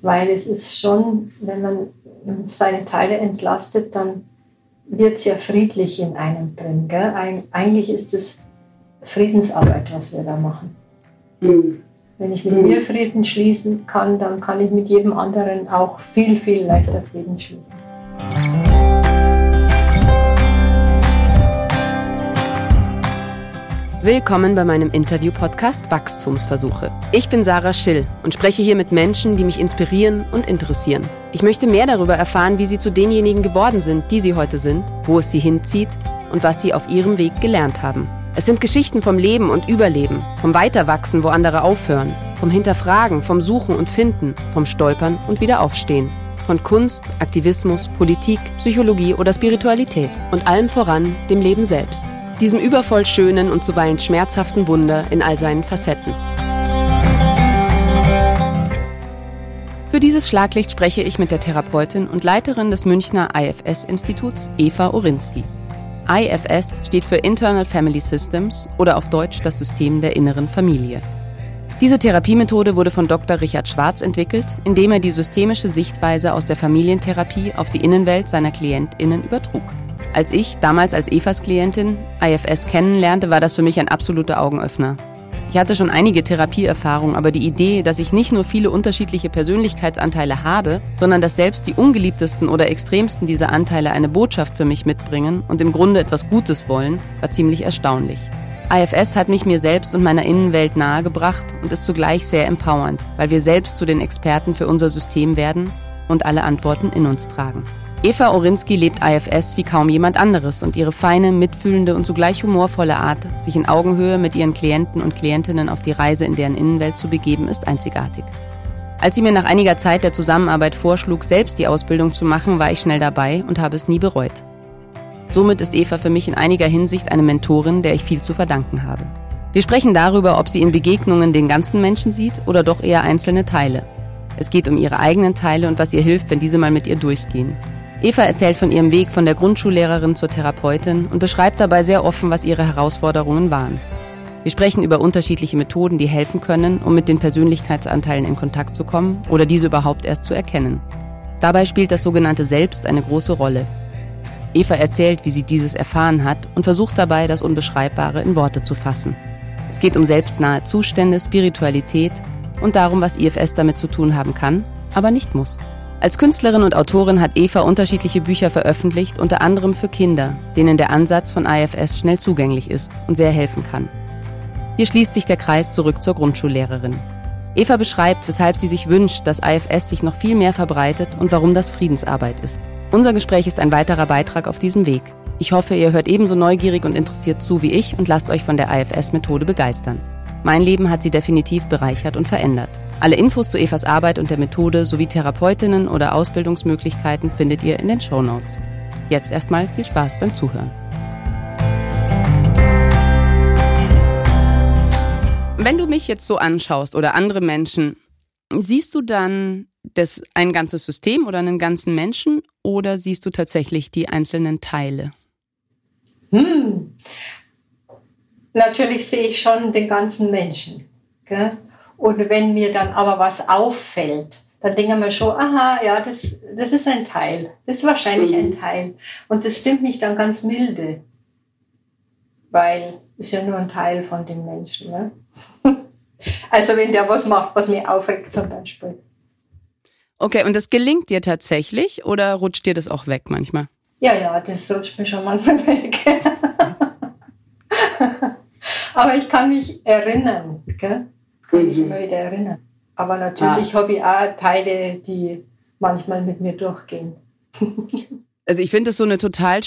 Weil es ist schon, wenn man seine Teile entlastet, dann wird es ja friedlich in einem drin. Gell? Eigentlich ist es Friedensarbeit, was wir da machen. Mhm. Wenn ich mit mir Frieden schließen kann, dann kann ich mit jedem anderen auch viel, viel leichter Frieden schließen. Willkommen bei meinem Interview-Podcast Wachstumsversuche. Ich bin Sarah Schill und spreche hier mit Menschen, die mich inspirieren und interessieren. Ich möchte mehr darüber erfahren, wie sie zu denjenigen geworden sind, die sie heute sind, wo es sie hinzieht und was sie auf ihrem Weg gelernt haben. Es sind Geschichten vom Leben und Überleben, vom Weiterwachsen, wo andere aufhören, vom Hinterfragen, vom Suchen und Finden, vom Stolpern und Wiederaufstehen, von Kunst, Aktivismus, Politik, Psychologie oder Spiritualität und allem voran dem Leben selbst. Diesem übervoll schönen und zuweilen schmerzhaften Wunder in all seinen Facetten. Für dieses Schlaglicht spreche ich mit der Therapeutin und Leiterin des Münchner IFS-Instituts, Eva Orynski. IFS steht für Internal Family Systems oder auf Deutsch das System der inneren Familie. Diese Therapiemethode wurde von Dr. Richard Schwarz entwickelt, indem er die systemische Sichtweise aus der Familientherapie auf die Innenwelt seiner KlientInnen übertrug. Als ich, damals als Evas Klientin, IFS kennenlernte, war das für mich ein absoluter Augenöffner. Ich hatte schon einige Therapieerfahrungen, aber die Idee, dass ich nicht nur viele unterschiedliche Persönlichkeitsanteile habe, sondern dass selbst die ungeliebtesten oder extremsten dieser Anteile eine Botschaft für mich mitbringen und im Grunde etwas Gutes wollen, war ziemlich erstaunlich. IFS hat mich mir selbst und meiner Innenwelt nahegebracht und ist zugleich sehr empowernd, weil wir selbst zu den Experten für unser System werden und alle Antworten in uns tragen. Eva Orynski lebt IFS wie kaum jemand anderes und ihre feine, mitfühlende und zugleich humorvolle Art, sich in Augenhöhe mit ihren Klienten und Klientinnen auf die Reise in deren Innenwelt zu begeben, ist einzigartig. Als sie mir nach einiger Zeit der Zusammenarbeit vorschlug, selbst die Ausbildung zu machen, war ich schnell dabei und habe es nie bereut. Somit ist Eva für mich in einiger Hinsicht eine Mentorin, der ich viel zu verdanken habe. Wir sprechen darüber, ob sie in Begegnungen den ganzen Menschen sieht oder doch eher einzelne Teile. Es geht um ihre eigenen Teile und was ihr hilft, wenn diese mal mit ihr durchgehen. Eva erzählt von ihrem Weg von der Grundschullehrerin zur Therapeutin und beschreibt dabei sehr offen, was ihre Herausforderungen waren. Wir sprechen über unterschiedliche Methoden, die helfen können, um mit den Persönlichkeitsanteilen in Kontakt zu kommen oder diese überhaupt erst zu erkennen. Dabei spielt das sogenannte Selbst eine große Rolle. Eva erzählt, wie sie dieses erfahren hat und versucht dabei, das Unbeschreibbare in Worte zu fassen. Es geht um selbstnahe Zustände, Spiritualität und darum, was IFS damit zu tun haben kann, aber nicht muss. Als Künstlerin und Autorin hat Eva unterschiedliche Bücher veröffentlicht, unter anderem für Kinder, denen der Ansatz von IFS schnell zugänglich ist und sehr helfen kann. Hier schließt sich der Kreis zurück zur Grundschullehrerin. Eva beschreibt, weshalb sie sich wünscht, dass IFS sich noch viel mehr verbreitet und warum das Friedensarbeit ist. Unser Gespräch ist ein weiterer Beitrag auf diesem Weg. Ich hoffe, ihr hört ebenso neugierig und interessiert zu wie ich und lasst euch von der IFS-Methode begeistern. Mein Leben hat sie definitiv bereichert und verändert. Alle Infos zu Evas Arbeit und der Methode sowie Therapeutinnen oder Ausbildungsmöglichkeiten findet ihr in den Shownotes. Jetzt erstmal viel Spaß beim Zuhören. Wenn du mich jetzt so anschaust oder andere Menschen, siehst du dann ein ganzes System oder einen ganzen Menschen oder siehst du tatsächlich die einzelnen Teile? Natürlich sehe ich schon den ganzen Menschen. Gell? Und wenn mir dann aber was auffällt, dann denken wir schon, aha, ja, das ist ein Teil. Das ist wahrscheinlich ein Teil. Und das stimmt mich dann ganz milde. Weil es ja nur ein Teil von dem Menschen. Ne? Also wenn der was macht, was mich aufregt zum Beispiel. Okay, und das gelingt dir tatsächlich oder rutscht dir das auch weg manchmal? Ja, das rutscht mir schon manchmal weg. Aber ich kann mich erinnern, gell? Kann mich immer wieder erinnern. Aber natürlich habe ich auch Teile, die manchmal mit mir durchgehen. Also ich finde das so einen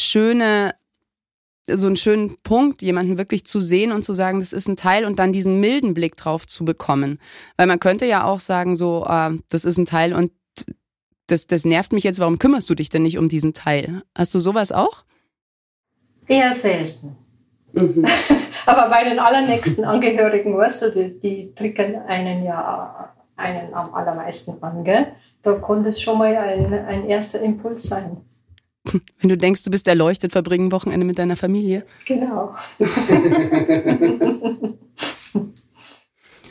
schönen Punkt, jemanden wirklich zu sehen und zu sagen, das ist ein Teil und dann diesen milden Blick drauf zu bekommen. Weil man könnte ja auch sagen, so, das ist ein Teil und das nervt mich jetzt, warum kümmerst du dich denn nicht um diesen Teil? Hast du sowas auch? Eher selten. Aber bei den allernächsten Angehörigen, weißt du, die triggern einen am allermeisten an, gell? Da konnte es schon mal ein erster Impuls sein. Wenn du denkst, du bist erleuchtet, verbringen ein Wochenende mit deiner Familie. Genau.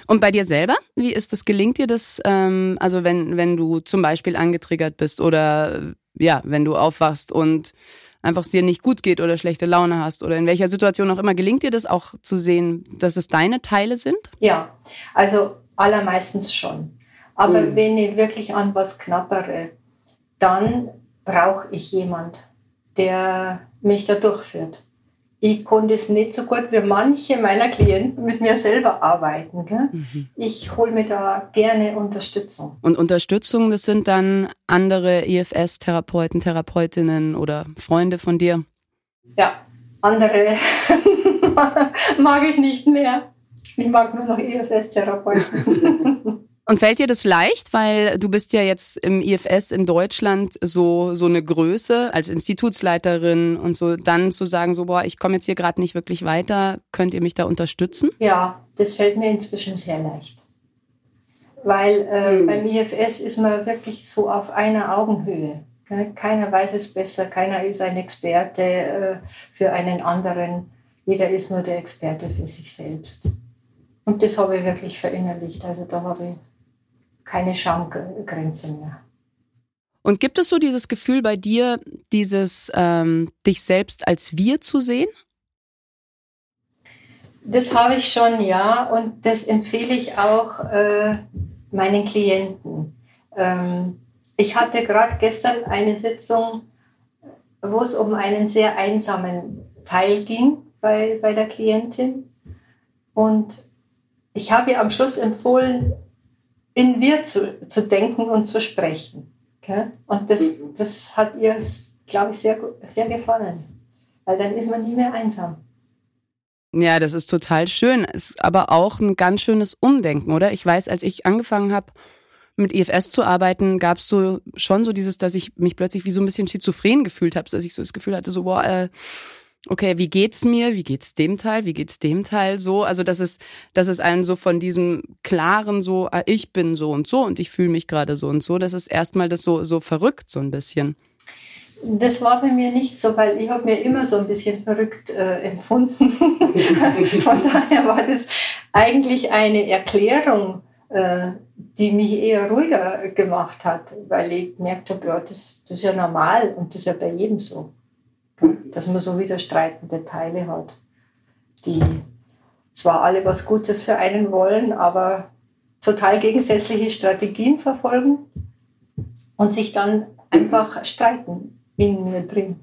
Und bei dir selber? Wie ist das? Gelingt dir das? Also wenn du zum Beispiel angetriggert bist oder ja, wenn du aufwachst und einfach es dir nicht gut geht oder schlechte Laune hast oder in welcher Situation auch immer, gelingt dir das auch zu sehen, dass es deine Teile sind? Ja, also allermeistens schon. Aber wenn ich wirklich an was knappere, dann brauche ich jemand, der mich da durchführt. Ich konnte es nicht so gut wie manche meiner Klienten mit mir selber arbeiten. Gell? Ich hole mir da gerne Unterstützung. Und Unterstützung, das sind dann andere IFS-Therapeuten, Therapeutinnen oder Freunde von dir? Ja, andere mag ich nicht mehr. Ich mag nur noch IFS-Therapeuten. Und fällt dir das leicht, weil du bist ja jetzt im IFS in Deutschland so eine Größe als Institutsleiterin und so, dann zu sagen, so ich komme jetzt hier gerade nicht wirklich weiter, könnt ihr mich da unterstützen? Ja, das fällt mir inzwischen sehr leicht. Weil beim IFS ist man wirklich so auf einer Augenhöhe. Keiner weiß es besser, keiner ist ein Experte für einen anderen. Jeder ist nur der Experte für sich selbst. Und das habe ich wirklich verinnerlicht. Also da habe ich keine Schamgrenze mehr. Und gibt es so dieses Gefühl bei dir, dieses dich selbst als wir zu sehen? Das habe ich schon, ja. Und das empfehle ich auch meinen Klienten. Ich hatte gerade gestern eine Sitzung, wo es um einen sehr einsamen Teil ging bei der Klientin. Und ich habe ihr am Schluss empfohlen, in wir zu denken und zu sprechen. Okay? Und das hat ihr, glaube ich, sehr, sehr gefallen. Weil dann ist man nie mehr einsam. Ja, das ist total schön. Ist aber auch ein ganz schönes Umdenken, oder? Ich weiß, als ich angefangen habe, mit IFS zu arbeiten, gab es so schon so dieses, dass ich mich plötzlich wie so ein bisschen schizophren gefühlt habe, dass ich so das Gefühl hatte, so okay, wie geht's mir? Wie geht's dem Teil? Wie geht's dem Teil? So, also dass es einen so von diesem klaren so, ich bin so und ich fühle mich gerade so und so, das ist erstmal das so verrückt so ein bisschen. Das war bei mir nicht so, weil ich habe mir immer so ein bisschen verrückt empfunden. Von daher war das eigentlich eine Erklärung, die mich eher ruhiger gemacht hat, weil ich gemerkt habe, ja, das ist ja normal und das ist ja bei jedem so. Dass man so widerstreitende Teile hat, die zwar alle was Gutes für einen wollen, aber total gegensätzliche Strategien verfolgen und sich dann einfach streiten in mir drin.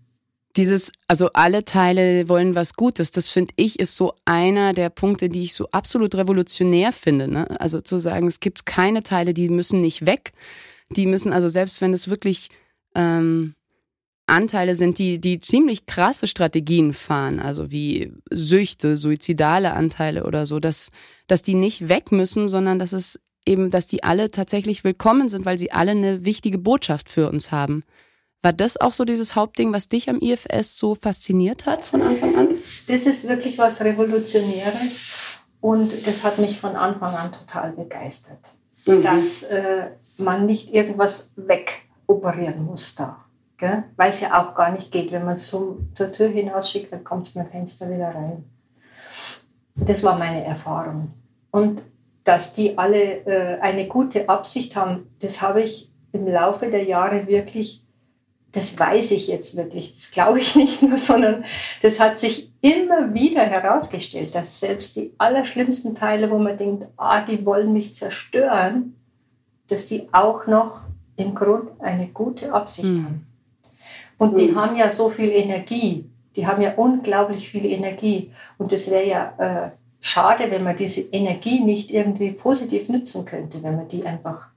Also alle Teile wollen was Gutes, das finde ich ist so einer der Punkte, die ich so absolut revolutionär finde. Ne? Also zu sagen, es gibt keine Teile, die müssen nicht weg, die müssen, also selbst wenn es wirklich Anteile sind, die ziemlich krasse Strategien fahren, also wie Süchte, suizidale Anteile oder so, dass die nicht weg müssen, sondern dass die alle tatsächlich willkommen sind, weil sie alle eine wichtige Botschaft für uns haben. War das auch so dieses Hauptding, was dich am IFS so fasziniert hat von Anfang an? Das ist wirklich was Revolutionäres und das hat mich von Anfang an total begeistert, dass man nicht irgendwas wegoperieren muss da. Gell? Weil es ja auch gar nicht geht. Wenn man es so zur Tür hinausschickt, dann kommt es mit dem Fenster wieder rein. Das war meine Erfahrung. Und dass die alle eine gute Absicht haben, das habe ich im Laufe der Jahre wirklich, das weiß ich jetzt wirklich, das glaube ich nicht nur, sondern das hat sich immer wieder herausgestellt, dass selbst die allerschlimmsten Teile, wo man denkt, die wollen mich zerstören, dass die auch noch im Grund eine gute Absicht haben. Und die haben ja so viel Energie, die haben ja unglaublich viel Energie. Und das wäre ja schade, wenn man diese Energie nicht irgendwie positiv nutzen könnte, wenn man die einfach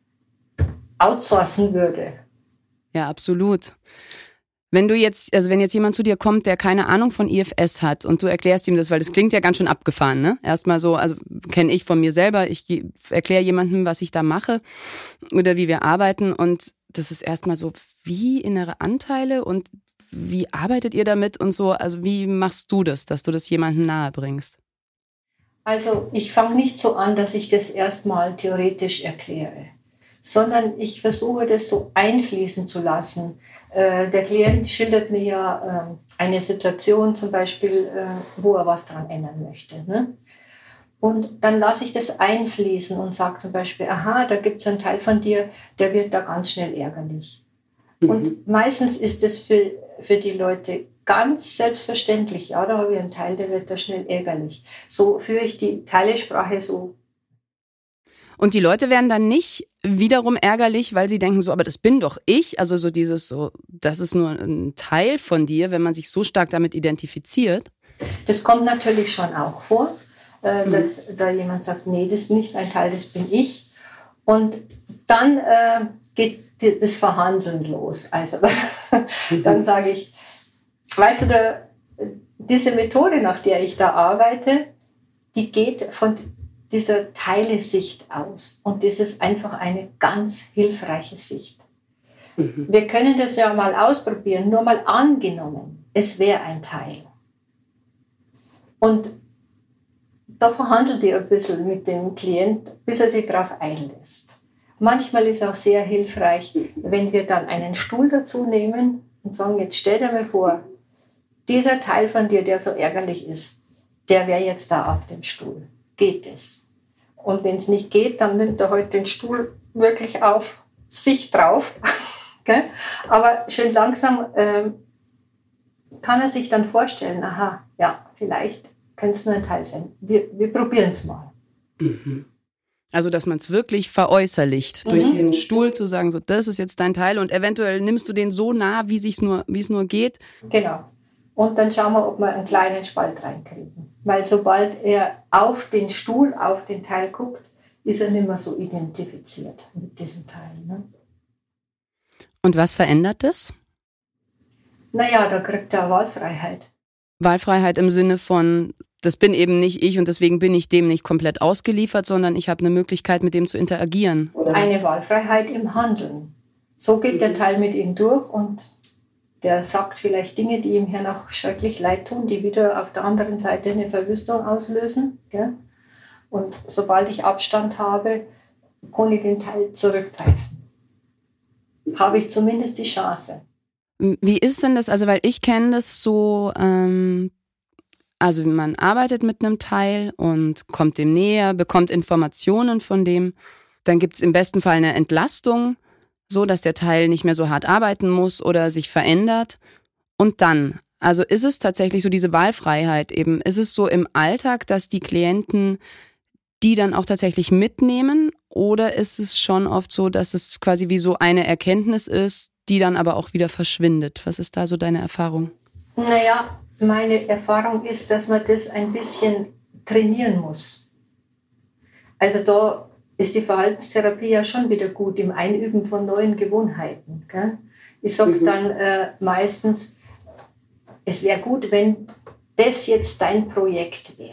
outsourcen würde. Ja, absolut. Wenn jetzt jemand zu dir kommt, der keine Ahnung von IFS hat und du erklärst ihm das, weil das klingt ja ganz schön abgefahren, ne? Erstmal so, also kenne ich von mir selber, ich erkläre jemandem, was ich da mache oder wie wir arbeiten und das ist erstmal so, wie innere Anteile und wie arbeitet ihr damit und so, also wie machst du das, dass du das jemandem nahe bringst? Also ich fange nicht so an, dass ich das erstmal theoretisch erkläre, sondern ich versuche das so einfließen zu lassen. Der Klient schildert mir ja eine Situation zum Beispiel, wo er was daran ändern möchte. Ne? Und dann lasse ich das einfließen und sage zum Beispiel, aha, da gibt es einen Teil von dir, der wird da ganz schnell ärgerlich. Und meistens ist es für die Leute ganz selbstverständlich, ja, da habe ich einen Teil, der wird da schnell ärgerlich. So führe ich die Teilesprache so. Und die Leute werden dann nicht wiederum ärgerlich, weil sie denken so, aber das bin doch ich. Also so dieses so, das ist nur ein Teil von dir, wenn man sich so stark damit identifiziert. Das kommt natürlich schon auch vor, dass da jemand sagt, nee, das ist nicht ein Teil, das bin ich. Und dann geht das Verhandeln los. Also dann sage ich, weißt du, diese Methode, nach der ich da arbeite, die geht von dieser Teilesicht aus. Und das ist einfach eine ganz hilfreiche Sicht. Wir können das ja mal ausprobieren, nur mal angenommen, es wäre ein Teil. Und da verhandelt ihr ein bisschen mit dem Klient, bis er sich darauf einlässt. Manchmal ist es auch sehr hilfreich, wenn wir dann einen Stuhl dazu nehmen und sagen, jetzt stell dir mal vor, dieser Teil von dir, der so ärgerlich ist, der wäre jetzt da auf dem Stuhl. Geht es? Und wenn es nicht geht, dann nimmt er heute den Stuhl wirklich auf sich drauf. Okay? Aber schön langsam kann er sich dann vorstellen, aha, ja, vielleicht könnte es nur ein Teil sein. Wir probieren es mal. Also, dass man es wirklich veräußerlicht, durch diesen Stuhl zu sagen, so, das ist jetzt dein Teil und eventuell nimmst du den so nah, wie es nur geht. Genau. Und dann schauen wir, ob wir einen kleinen Spalt reinkriegen. Weil sobald er auf den Stuhl, auf den Teil guckt, ist er nicht mehr so identifiziert mit diesem Teil. Ne? Und was verändert das? Naja, da kriegt er Wahlfreiheit. Wahlfreiheit im Sinne von, das bin eben nicht ich und deswegen bin ich dem nicht komplett ausgeliefert, sondern ich habe eine Möglichkeit, mit dem zu interagieren. Eine Wahlfreiheit im Handeln. So geht der Teil mit ihm durch und der sagt vielleicht Dinge, die ihm hier noch schrecklich leid tun, die wieder auf der anderen Seite eine Verwüstung auslösen. Gell? Und sobald ich Abstand habe, kann ich den Teil zurückgreifen. Habe ich zumindest die Chance. Wie ist denn das? Also, weil ich kenne das so, also man arbeitet mit einem Teil und kommt dem näher, bekommt Informationen von dem. Dann gibt es im besten Fall eine Entlastung, so dass der Teil nicht mehr so hart arbeiten muss oder sich verändert. Und dann, also ist es tatsächlich so diese Wahlfreiheit eben, ist es so im Alltag, dass die Klienten die dann auch tatsächlich mitnehmen oder ist es schon oft so, dass es quasi wie so eine Erkenntnis ist, die dann aber auch wieder verschwindet? Was ist da so deine Erfahrung? Naja, meine Erfahrung ist, dass man das ein bisschen trainieren muss. Also da ist die Verhaltenstherapie ja schon wieder gut im Einüben von neuen Gewohnheiten. Gell? Ich sage dann meistens, es wäre gut, wenn das jetzt dein Projekt wäre.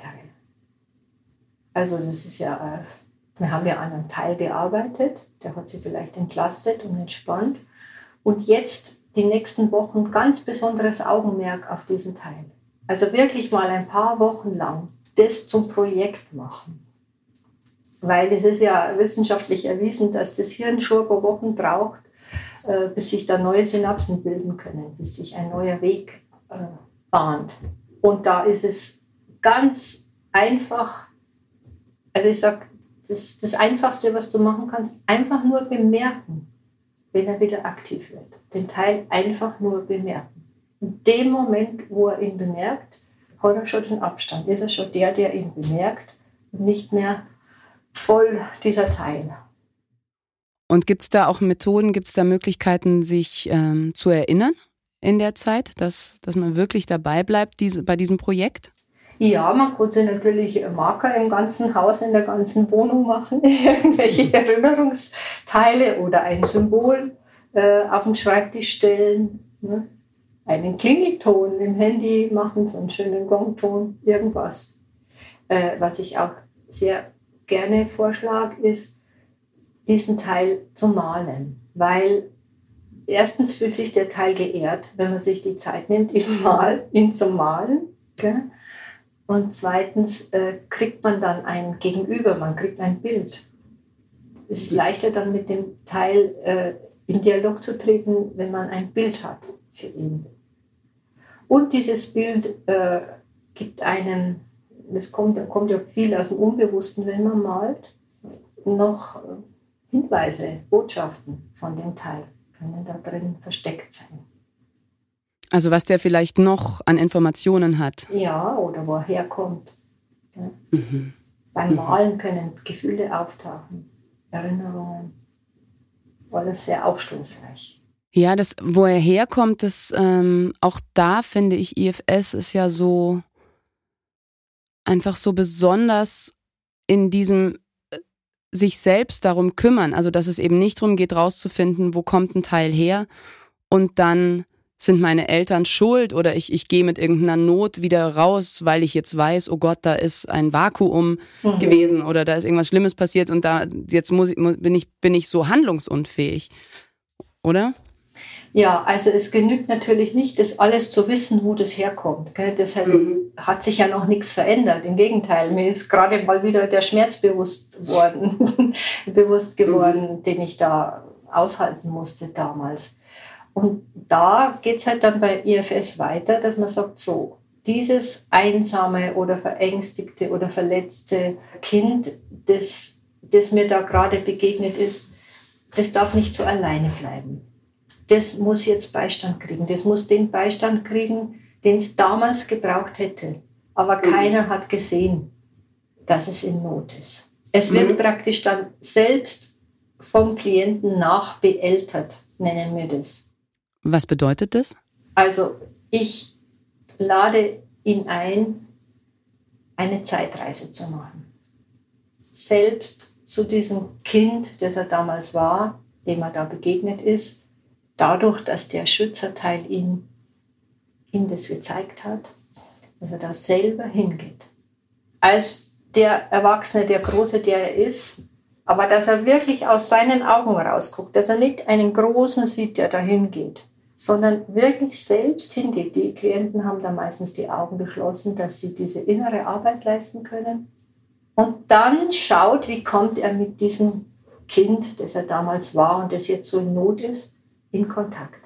Also das ist ja, wir haben ja an einem Teil gearbeitet, der hat sich vielleicht entlastet und entspannt. Und jetzt die nächsten Wochen ganz besonderes Augenmerk auf diesen Teil. Also wirklich mal ein paar Wochen lang das zum Projekt machen. Weil es ist ja wissenschaftlich erwiesen, dass das Hirn schon ein paar Wochen braucht, bis sich da neue Synapsen bilden können, bis sich ein neuer Weg bahnt. Und da ist es ganz einfach, also ich sage, das Einfachste, was du machen kannst, einfach nur bemerken, wenn er wieder aktiv wird. Den Teil einfach nur bemerken. In dem Moment, wo er ihn bemerkt, hat er schon den Abstand. Ist er schon der ihn bemerkt und nicht mehr voll dieser Teil. Und gibt es da auch Methoden, gibt es da Möglichkeiten, sich zu erinnern in der Zeit, dass man wirklich dabei bleibt bei diesem Projekt? Ja, man kann sich natürlich Marker im ganzen Haus, in der ganzen Wohnung machen, irgendwelche Erinnerungsteile oder ein Symbol auf den Schreibtisch stellen, ne? Einen Klingelton im Handy machen, so einen schönen Gongton, irgendwas. Was ich auch sehr gerne vorschlage, ist, diesen Teil zu malen, weil erstens fühlt sich der Teil geehrt, wenn man sich die Zeit nimmt, ihn zu malen. Gell? Und zweitens kriegt man dann ein Gegenüber, man kriegt ein Bild. Es ist leichter dann mit dem Teil in Dialog zu treten, wenn man ein Bild hat für ihn. Und dieses Bild gibt einem kommt ja viel aus dem Unbewussten, wenn man malt, noch Hinweise, Botschaften von dem Teil können da drin versteckt sein. Also was der vielleicht noch an Informationen hat. Ja, oder wo er herkommt. Ja. Beim Malen können Gefühle auftauchen, Erinnerungen. Alles sehr aufschlussreich. Ja, das, wo er herkommt, das auch da finde ich, IFS ist ja so einfach so besonders in diesem sich selbst darum kümmern. Also dass es eben nicht darum geht, rauszufinden, wo kommt ein Teil her und dann sind meine Eltern schuld oder ich gehe mit irgendeiner Not wieder raus, weil ich jetzt weiß, oh Gott, da ist ein Vakuum gewesen oder da ist irgendwas Schlimmes passiert und da jetzt bin ich so handlungsunfähig, oder? Ja, also es genügt natürlich nicht, das alles zu wissen, wo das herkommt. Gell? Deshalb hat sich ja noch nichts verändert. Im Gegenteil, mir ist gerade mal wieder der Schmerz bewusst geworden, den ich da aushalten musste damals. Und da geht es halt dann bei IFS weiter, dass man sagt, so, dieses einsame oder verängstigte oder verletzte Kind, das mir da gerade begegnet ist, das darf nicht so alleine bleiben. Das muss jetzt Beistand kriegen. Das muss den Beistand kriegen, den es damals gebraucht hätte. Aber keiner hat gesehen, dass es in Not ist. Es wird praktisch dann selbst vom Klienten nachbeeltert, nennen wir das. Was bedeutet das? Also ich lade ihn ein, eine Zeitreise zu machen. Selbst zu diesem Kind, das er damals war, dem er da begegnet ist, dadurch, dass der Schützerteil ihm das gezeigt hat, dass er da selber hingeht. Als der Erwachsene, der Große, der er ist, aber dass er wirklich aus seinen Augen rausguckt, dass er nicht einen Großen sieht, der da hingeht, sondern wirklich selbst hingeht. Die Klienten haben da meistens die Augen geschlossen, dass sie diese innere Arbeit leisten können. Und dann schaut, wie kommt er mit diesem Kind, das er damals war und das jetzt so in Not ist, in Kontakt.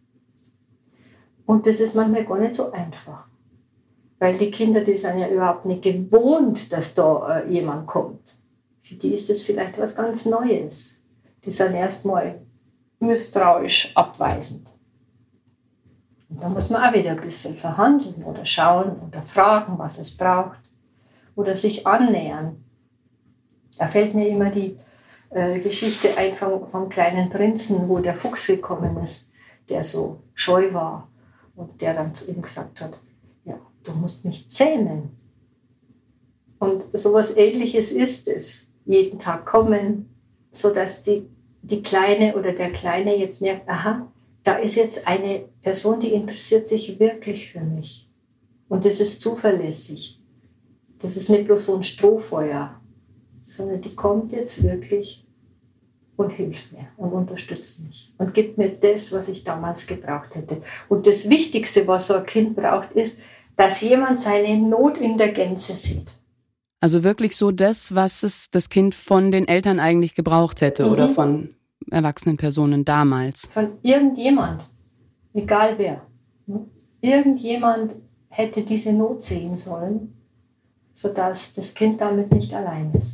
Und das ist manchmal gar nicht so einfach. Weil die Kinder, die sind ja überhaupt nicht gewohnt, dass da jemand kommt. Für die ist das vielleicht was ganz Neues. Die sind erstmal misstrauisch abweisend. Und da muss man auch wieder ein bisschen verhandeln oder schauen oder fragen, was es braucht. Oder sich annähern. Da fällt mir immer die Geschichte ein vom kleinen Prinzen, wo der Fuchs gekommen ist, der so scheu war und der dann zu ihm gesagt hat, ja, du musst mich zähmen. Und sowas Ähnliches ist es. Jeden Tag kommen, sodass die Kleine oder der Kleine jetzt merkt, aha, da ist jetzt eine Person, die interessiert sich wirklich für mich. Und das ist zuverlässig. Das ist nicht bloß so ein Strohfeuer, sondern die kommt jetzt wirklich und hilft mir und unterstützt mich und gibt mir das, was ich damals gebraucht hätte. Und das Wichtigste, was so ein Kind braucht, ist, dass jemand seine Not in der Gänze sieht. Also wirklich so das, was es das Kind von den Eltern eigentlich gebraucht hätte oder von erwachsenen Personen damals. Von irgendjemand, egal wer. Irgendjemand hätte diese Not sehen sollen, sodass das Kind damit nicht allein ist.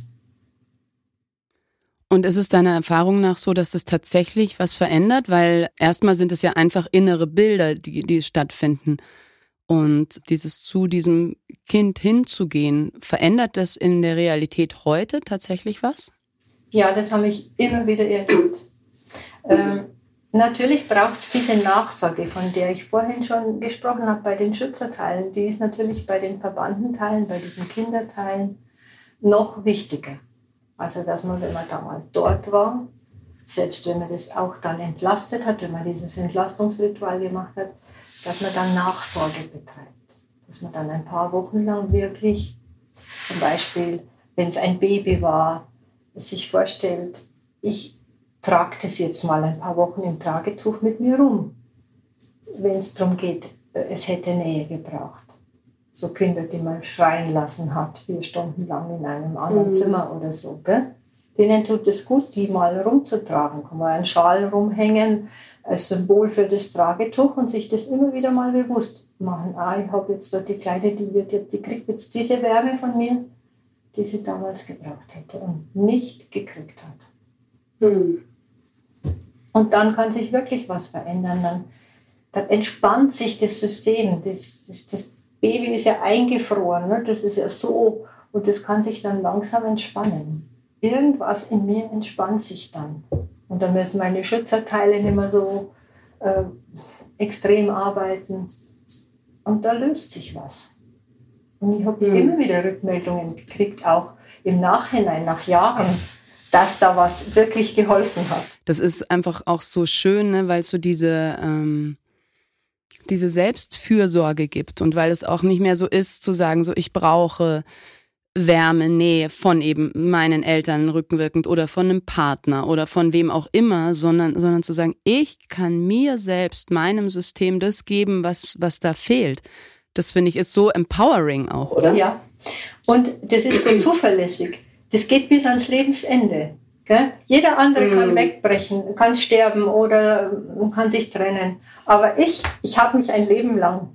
Und ist es deiner Erfahrung nach so, dass das tatsächlich was verändert? Weil erstmal sind es ja einfach innere Bilder, die stattfinden. Und zu diesem Kind hinzugehen, verändert das in der Realität heute tatsächlich was? Ja, das habe ich immer wieder erlebt. Natürlich braucht es diese Nachsorge, von der ich vorhin schon gesprochen habe, bei den Schützerteilen. Die ist natürlich bei den Verbandenteilen, bei diesen Kinderteilen noch wichtiger. Also, dass man, wenn man da mal dort war, selbst wenn man das auch dann entlastet hat, wenn man dieses Entlastungsritual gemacht hat, dass man dann Nachsorge betreibt. Dass man dann ein paar Wochen lang wirklich, zum Beispiel, wenn es ein Baby war, sich vorstellt, ich trage das jetzt mal ein paar Wochen im Tragetuch mit mir rum, wenn es darum geht, es hätte Nähe gebraucht. So Kinder, die man schreien lassen hat, 4 Stunden lang in einem anderen Zimmer oder so. Gell? Denen tut es gut, die mal rumzutragen. Kann man einen Schal rumhängen als Symbol für das Tragetuch und sich das immer wieder mal bewusst machen. Ich habe jetzt da die Kleine, die kriegt jetzt diese Wärme von mir, die sie damals gebraucht hätte und nicht gekriegt hat. Und dann kann sich wirklich was verändern. Dann entspannt sich das System. Das Baby ist ja eingefroren, ne? Das ist ja so. Und das kann sich dann langsam entspannen. Irgendwas in mir entspannt sich dann. Und dann müssen meine Schutzerteile nicht mehr so extrem arbeiten. Und da löst sich was. Und ich habe immer wieder Rückmeldungen gekriegt, auch im Nachhinein, nach Jahren, dass da was wirklich geholfen hat. Das ist einfach auch so schön, ne, weil es so diese Selbstfürsorge gibt und weil es auch nicht mehr so ist, zu sagen, so ich brauche Wärme, Nähe von eben meinen Eltern rückwirkend oder von einem Partner oder von wem auch immer, sondern zu sagen, ich kann mir selbst, meinem System das geben, was da fehlt. Das finde ich ist so empowering auch, oder? Ja, und das ist so zuverlässig. Das geht bis ans Lebensende. Gell? Jeder andere kann wegbrechen, kann sterben oder kann sich trennen. Aber ich habe mich ein Leben lang.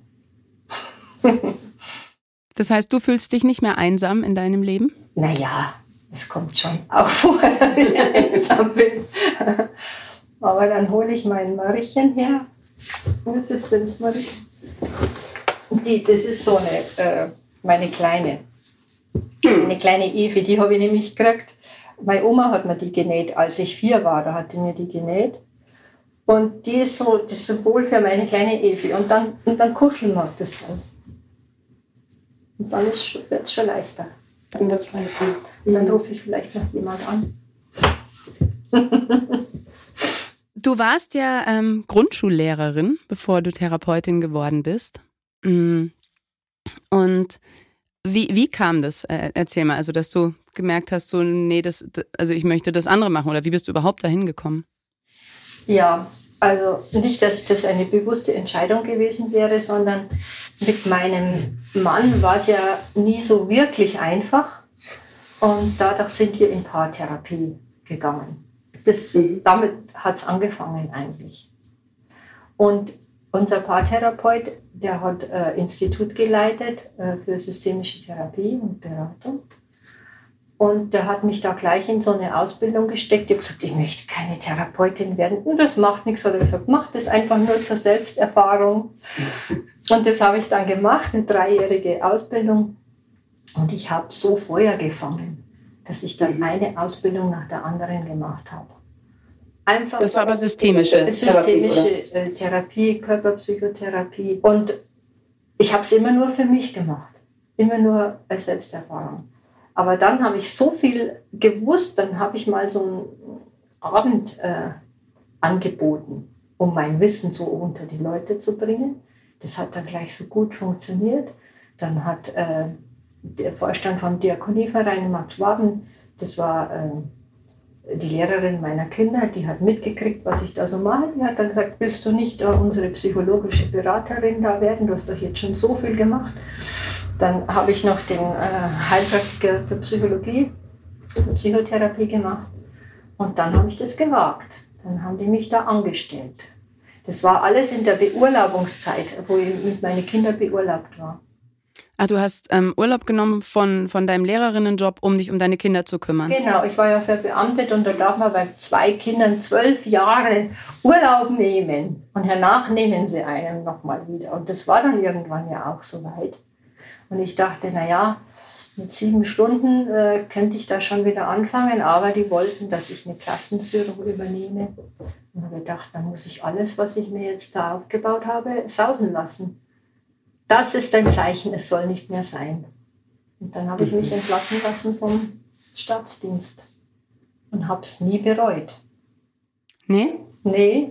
Das heißt, du fühlst dich nicht mehr einsam in deinem Leben? Naja, es kommt schon auch vor, dass ich einsam bin. Aber dann hole ich mein Mariechen her. Was ist denn das Mariechen? Das ist so meine kleine Evi, die habe ich nämlich gekriegt. Meine Oma hat mir die genäht, als ich 4 war, da hat die mir die genäht. Und die ist so das Symbol für meine kleine Evi. Und dann kuscheln wir ein bisschen. Und dann wird es schon leichter. Dann wird es leichter. Und dann rufe ich vielleicht noch jemand an. Du warst ja Grundschullehrerin, bevor du Therapeutin geworden bist. Und wie kam das? Erzähl mal, also dass du gemerkt hast, so nee, also ich möchte das andere machen, oder wie bist du überhaupt dahin gekommen? Ja, also nicht, dass das eine bewusste Entscheidung gewesen wäre, sondern mit meinem Mann war es ja nie so wirklich einfach und dadurch sind wir in Paartherapie gegangen. Damit hat es angefangen eigentlich. Und unser Paartherapeut, der hat Institut geleitet für systemische Therapie und Beratung. Und der hat mich da gleich in so eine Ausbildung gesteckt. Ich habe gesagt, ich möchte keine Therapeutin werden. Und das macht nichts. Hat er gesagt, mach das einfach nur zur Selbsterfahrung. Und das habe ich dann gemacht, eine 3-jährige Ausbildung. Und ich habe so Feuer gefangen, dass ich dann eine Ausbildung nach der anderen gemacht habe. Einfach das war aber systemische Therapie, Körperpsychotherapie. Und ich habe es immer nur für mich gemacht. Immer nur als Selbsterfahrung. Aber dann habe ich so viel gewusst, dann habe ich mal so einen Abend angeboten, um mein Wissen so unter die Leute zu bringen. Das hat dann gleich so gut funktioniert. Dann hat der Vorstand vom Diakonieverein, Max Waben, das war die Lehrerin meiner Kinder, die hat mitgekriegt, was ich da so mache. Die hat dann gesagt, willst du nicht unsere psychologische Beraterin da werden? Du hast doch jetzt schon so viel gemacht. Dann habe ich noch den Heilpraktiker für Psychologie, für Psychotherapie gemacht. Und dann habe ich das gewagt. Dann haben die mich da angestellt. Das war alles in der Beurlaubungszeit, wo ich mit meinen Kindern beurlaubt war. Ach, du hast Urlaub genommen von deinem Lehrerinnenjob, um dich um deine Kinder zu kümmern? Genau, ich war ja verbeamtet und da darf man bei 2 Kindern 12 Jahre Urlaub nehmen. Und hernach nehmen sie einen nochmal wieder. Und das war dann irgendwann ja auch so weit. Und ich dachte, naja, mit 7 Stunden könnte ich da schon wieder anfangen, aber die wollten, dass ich eine Klassenführung übernehme. Und habe gedacht, dann muss ich alles, was ich mir jetzt da aufgebaut habe, sausen lassen. Das ist ein Zeichen, es soll nicht mehr sein. Und dann habe ich mich entlassen lassen vom Staatsdienst und habe es nie bereut. Nee? Nee.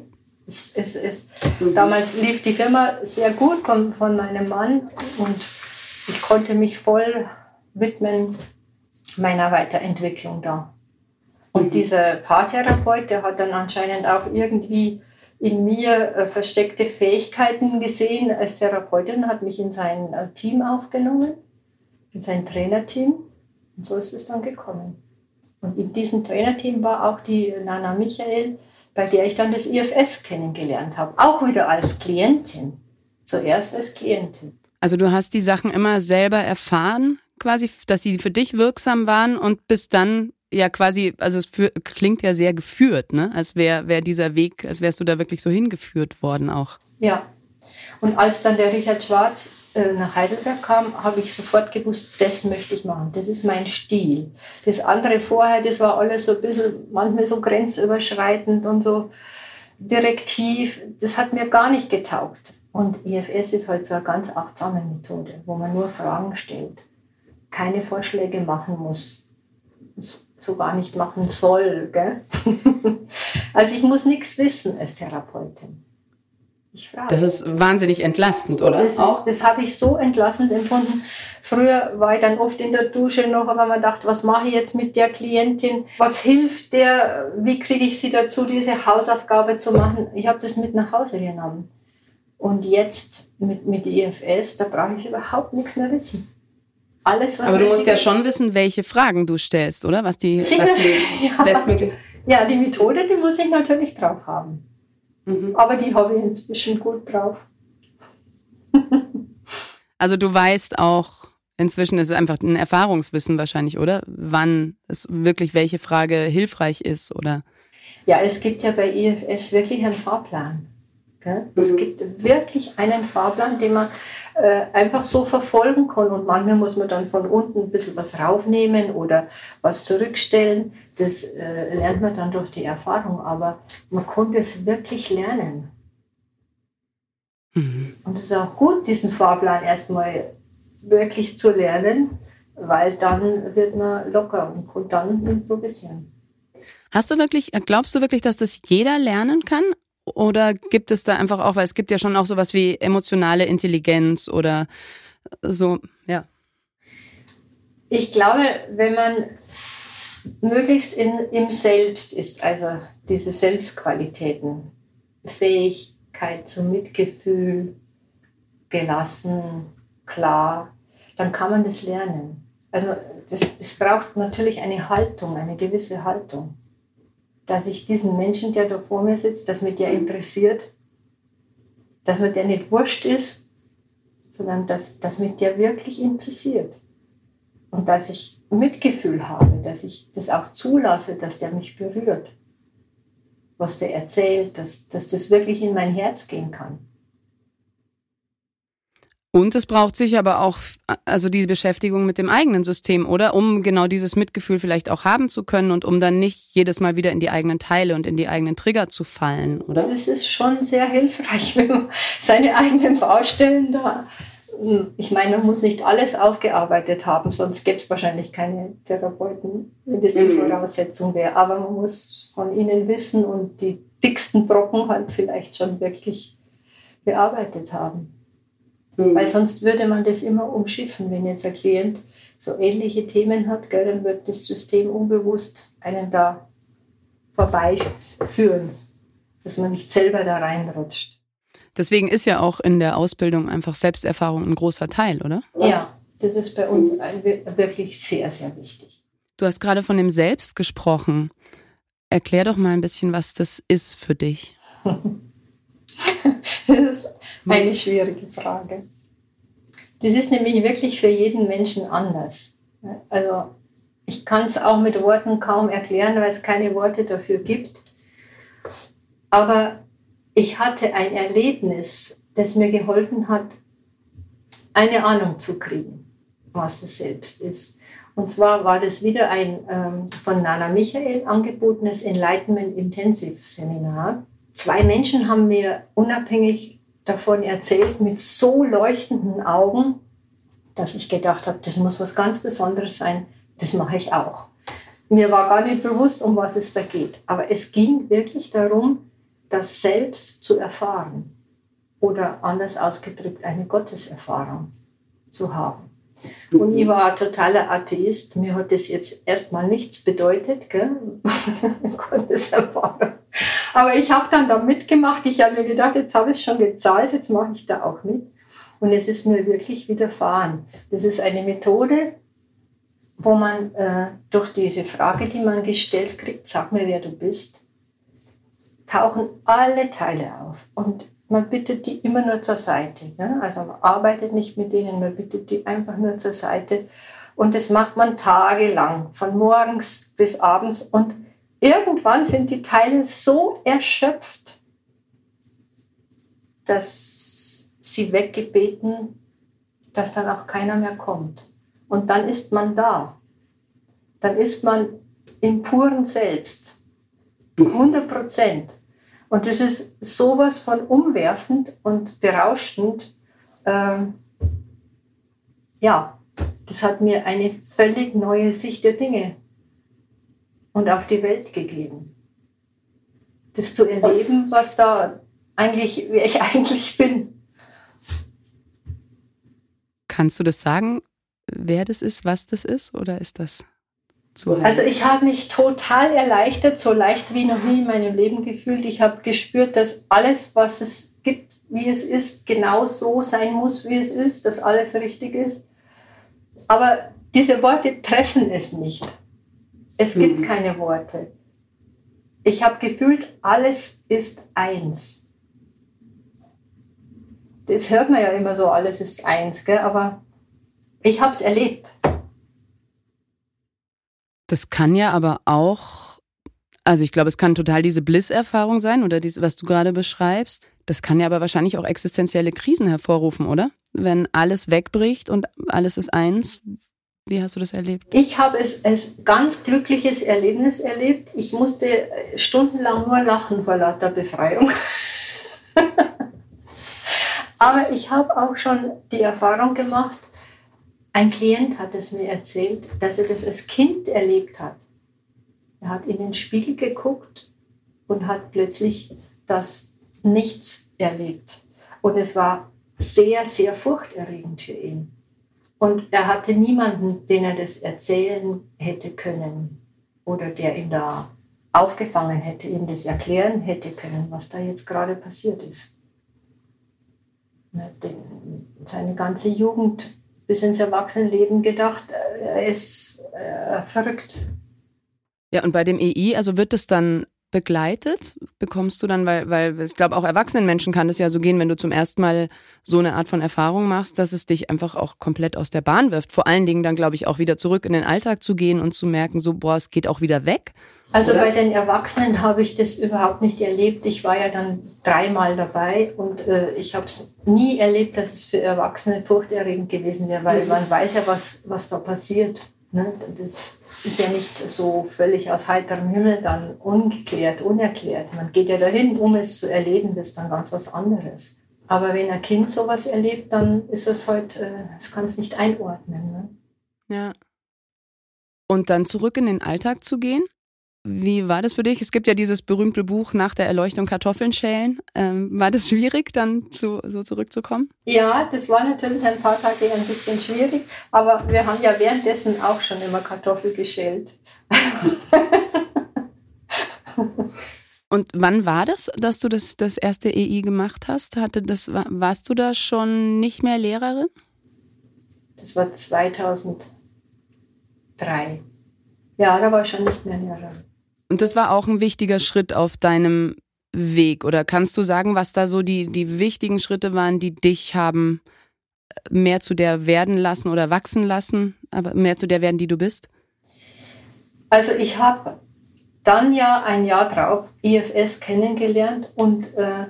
Damals lief die Firma sehr gut von meinem Mann und ich konnte mich voll widmen meiner Weiterentwicklung da. Und dieser Paartherapeut, der hat dann anscheinend auch irgendwie in mir versteckte Fähigkeiten gesehen als Therapeutin, hat mich in sein Team aufgenommen, in sein Trainerteam. Und so ist es dann gekommen. Und in diesem Trainerteam war auch die Nana Michael, bei der ich dann das IFS kennengelernt habe. Auch wieder als Klientin. zuerst als Klientin. Also du hast die Sachen immer selber erfahren, quasi, dass sie für dich wirksam waren und bist dann ja quasi, also klingt ja sehr geführt, ne? Als wäre dieser Weg, als wärst du da wirklich so hingeführt worden auch. Ja, und als dann der Richard Schwarz nach Heidelberg kam, habe ich sofort gewusst, das möchte ich machen, das ist mein Stil. Das andere vorher, das war alles so ein bisschen, manchmal so grenzüberschreitend und so direktiv, das hat mir gar nicht getaugt. Und IFS ist halt so eine ganz achtsame Methode, wo man nur Fragen stellt, keine Vorschläge machen muss, sogar nicht machen soll. Gell? Also ich muss nichts wissen als Therapeutin. Ich frage. Das ist wahnsinnig entlastend, oder? Das habe ich so entlastend empfunden. Früher war ich dann oft in der Dusche noch, aber man dachte, was mache ich jetzt mit der Klientin? Was hilft der? Wie kriege ich sie dazu, diese Hausaufgabe zu machen? Ich habe das mit nach Hause genommen. Und jetzt mit IFS, da brauche ich überhaupt nichts mehr wissen. Alles, was aber du musst ja schon wissen, welche Fragen du stellst, oder? Was die bestmöglich. Ja, die Methode, die muss ich natürlich drauf haben. Mhm. Aber die habe ich inzwischen gut drauf. Also du weißt auch, inzwischen ist es einfach ein Erfahrungswissen wahrscheinlich, oder? Wann es wirklich welche Frage hilfreich ist, oder? Ja, es gibt ja bei IFS wirklich einen Fahrplan. Es gibt wirklich einen Fahrplan, den man einfach so verfolgen kann. Und manchmal muss man dann von unten ein bisschen was raufnehmen oder was zurückstellen. Das lernt man dann durch die Erfahrung. Aber man konnte es wirklich lernen. Mhm. Und es ist auch gut, diesen Fahrplan erstmal wirklich zu lernen, weil dann wird man locker und kann dann improvisieren. Glaubst du wirklich, dass das jeder lernen kann? Oder gibt es da einfach auch, weil es gibt ja schon auch sowas wie emotionale Intelligenz oder so, ja. Ich glaube, wenn man möglichst im Selbst ist, also diese Selbstqualitäten, Fähigkeit zum Mitgefühl, gelassen, klar, dann kann man das lernen. Also es braucht natürlich eine Haltung, eine gewisse Haltung. Dass ich diesen Menschen, der da vor mir sitzt, dass mir der interessiert, dass mir der nicht wurscht ist, sondern dass mich der wirklich interessiert. Und dass ich Mitgefühl habe, dass ich das auch zulasse, dass der mich berührt, was der erzählt, dass das wirklich in mein Herz gehen kann. Und es braucht sich aber auch, also die Beschäftigung mit dem eigenen System, oder? Um genau dieses Mitgefühl vielleicht auch haben zu können und um dann nicht jedes Mal wieder in die eigenen Teile und in die eigenen Trigger zu fallen, oder? Das ist schon sehr hilfreich, wenn man seine eigenen Baustellen da... Ich meine, man muss nicht alles aufgearbeitet haben, sonst gäbe es wahrscheinlich keine Therapeuten, wenn das die Voraussetzung wäre. Aber man muss von ihnen wissen und die dicksten Brocken halt vielleicht schon wirklich bearbeitet haben. Weil sonst würde man das immer umschiffen. Wenn jetzt ein Klient so ähnliche Themen hat, gell, dann wird das System unbewusst einen da vorbeiführen, dass man nicht selber da reinrutscht. Deswegen ist ja auch in der Ausbildung einfach Selbsterfahrung ein großer Teil, oder? Ja, das ist bei uns wirklich sehr, sehr wichtig. Du hast gerade von dem Selbst gesprochen. Erklär doch mal ein bisschen, was das ist für dich. Das ist eine schwierige Frage. Das ist nämlich wirklich für jeden Menschen anders. Also ich kann es auch mit Worten kaum erklären, weil es keine Worte dafür gibt. Aber ich hatte ein Erlebnis, das mir geholfen hat, eine Ahnung zu kriegen, was das Selbst ist. Und zwar war das wieder ein von Nana Michael angebotenes Enlightenment Intensive Seminar. 2 Menschen haben mir unabhängig davon erzählt, mit so leuchtenden Augen, dass ich gedacht habe, das muss was ganz Besonderes sein, das mache ich auch. Mir war gar nicht bewusst, um was es da geht. Aber es ging wirklich darum, das Selbst zu erfahren oder anders ausgedrückt eine Gotteserfahrung zu haben. Und ich war ein totaler Atheist. Mir hat das jetzt erstmal nichts bedeutet, gell? Gotteserfahrung. Aber ich habe dann da mitgemacht. Ich habe mir gedacht, jetzt habe ich es schon gezahlt, jetzt mache ich da auch mit. Und es ist mir wirklich widerfahren. Das ist eine Methode, wo man durch diese Frage, die man gestellt kriegt, sag mir, wer du bist, tauchen alle Teile auf. Und man bittet die immer nur zur Seite. Ja? Also man arbeitet nicht mit denen, man bittet die einfach nur zur Seite. Und das macht man tagelang, von morgens bis abends. Und irgendwann sind die Teile so erschöpft, dass sie weggebeten, dass dann auch keiner mehr kommt. Und dann ist man da. Dann ist man im puren Selbst. 100%. Und das ist sowas von umwerfend und berauschend. Ja, das hat mir eine völlig neue Sicht der Dinge und auf die Welt gegeben. Das zu erleben, was da eigentlich, wer ich eigentlich bin. Kannst du das sagen, wer das ist, was das ist, oder ist das zu heiß? Also ich habe mich total erleichtert, so leicht wie noch nie in meinem Leben gefühlt. Ich habe gespürt, dass alles, was es gibt, wie es ist, genau so sein muss, wie es ist, dass alles richtig ist. Aber diese Worte treffen es nicht. Es gibt keine Worte. Ich habe gefühlt, alles ist eins. Das hört man ja immer so, alles ist eins, gell? Aber ich habe es erlebt. Das kann ja aber auch, also ich glaube, es kann total diese Bliss-Erfahrung sein oder dies, was du gerade beschreibst. Das kann ja aber wahrscheinlich auch existenzielle Krisen hervorrufen, oder? Wenn alles wegbricht und alles ist eins. Wie hast du das erlebt? Ich habe es als ganz glückliches Erlebnis erlebt. Ich musste stundenlang nur lachen vor lauter Befreiung. Aber ich habe auch schon die Erfahrung gemacht, ein Klient hat es mir erzählt, dass er das als Kind erlebt hat. Er hat in den Spiegel geguckt und hat plötzlich das Nichts erlebt. Und es war sehr, sehr furchterregend für ihn. Und er hatte niemanden, den er das erzählen hätte können oder der ihn da aufgefangen hätte, ihm das erklären hätte können, was da jetzt gerade passiert ist. Seine ganze Jugend bis ins Erwachsenenleben gedacht, er ist verrückt. Ja, und bei dem EI, also wird es dann begleitet? Bekommst du dann, weil ich glaube, auch erwachsenen Menschen kann es ja so gehen, wenn du zum ersten Mal so eine Art von Erfahrung machst, dass es dich einfach auch komplett aus der Bahn wirft. Vor allen Dingen dann, glaube ich, auch wieder zurück in den Alltag zu gehen und zu merken, so, boah, es geht auch wieder weg. Also oder? Bei den Erwachsenen habe ich das überhaupt nicht erlebt. Ich war ja dann 3-mal dabei und ich habe es nie erlebt, dass es für Erwachsene furchterregend gewesen wäre, weil man weiß ja, was da passiert. Ne? Das ist ja nicht so völlig aus heiterem Himmel dann ungeklärt, unerklärt. Man geht ja dahin, um es zu erleben, das ist dann ganz was anderes. Aber wenn ein Kind sowas erlebt, dann ist es halt, es kann es nicht einordnen. Ne? Ja. Und dann zurück in den Alltag zu gehen? Wie war das für dich? Es gibt ja dieses berühmte Buch Nach der Erleuchtung Kartoffeln schälen. War das schwierig, dann so zurückzukommen? Ja, das war natürlich ein paar Tage ein bisschen schwierig, aber wir haben ja währenddessen auch schon immer Kartoffel geschält. Und wann war das, dass du das erste EI gemacht hast? Warst du da schon nicht mehr Lehrerin? Das war 2003. Ja, da war ich schon nicht mehr Lehrerin. Und das war auch ein wichtiger Schritt auf deinem Weg. Oder kannst du sagen, was da so die wichtigen Schritte waren, die dich haben mehr zu der werden lassen oder wachsen lassen, aber mehr zu der werden, die du bist? Also ich habe dann ja ein Jahr drauf IFS kennengelernt und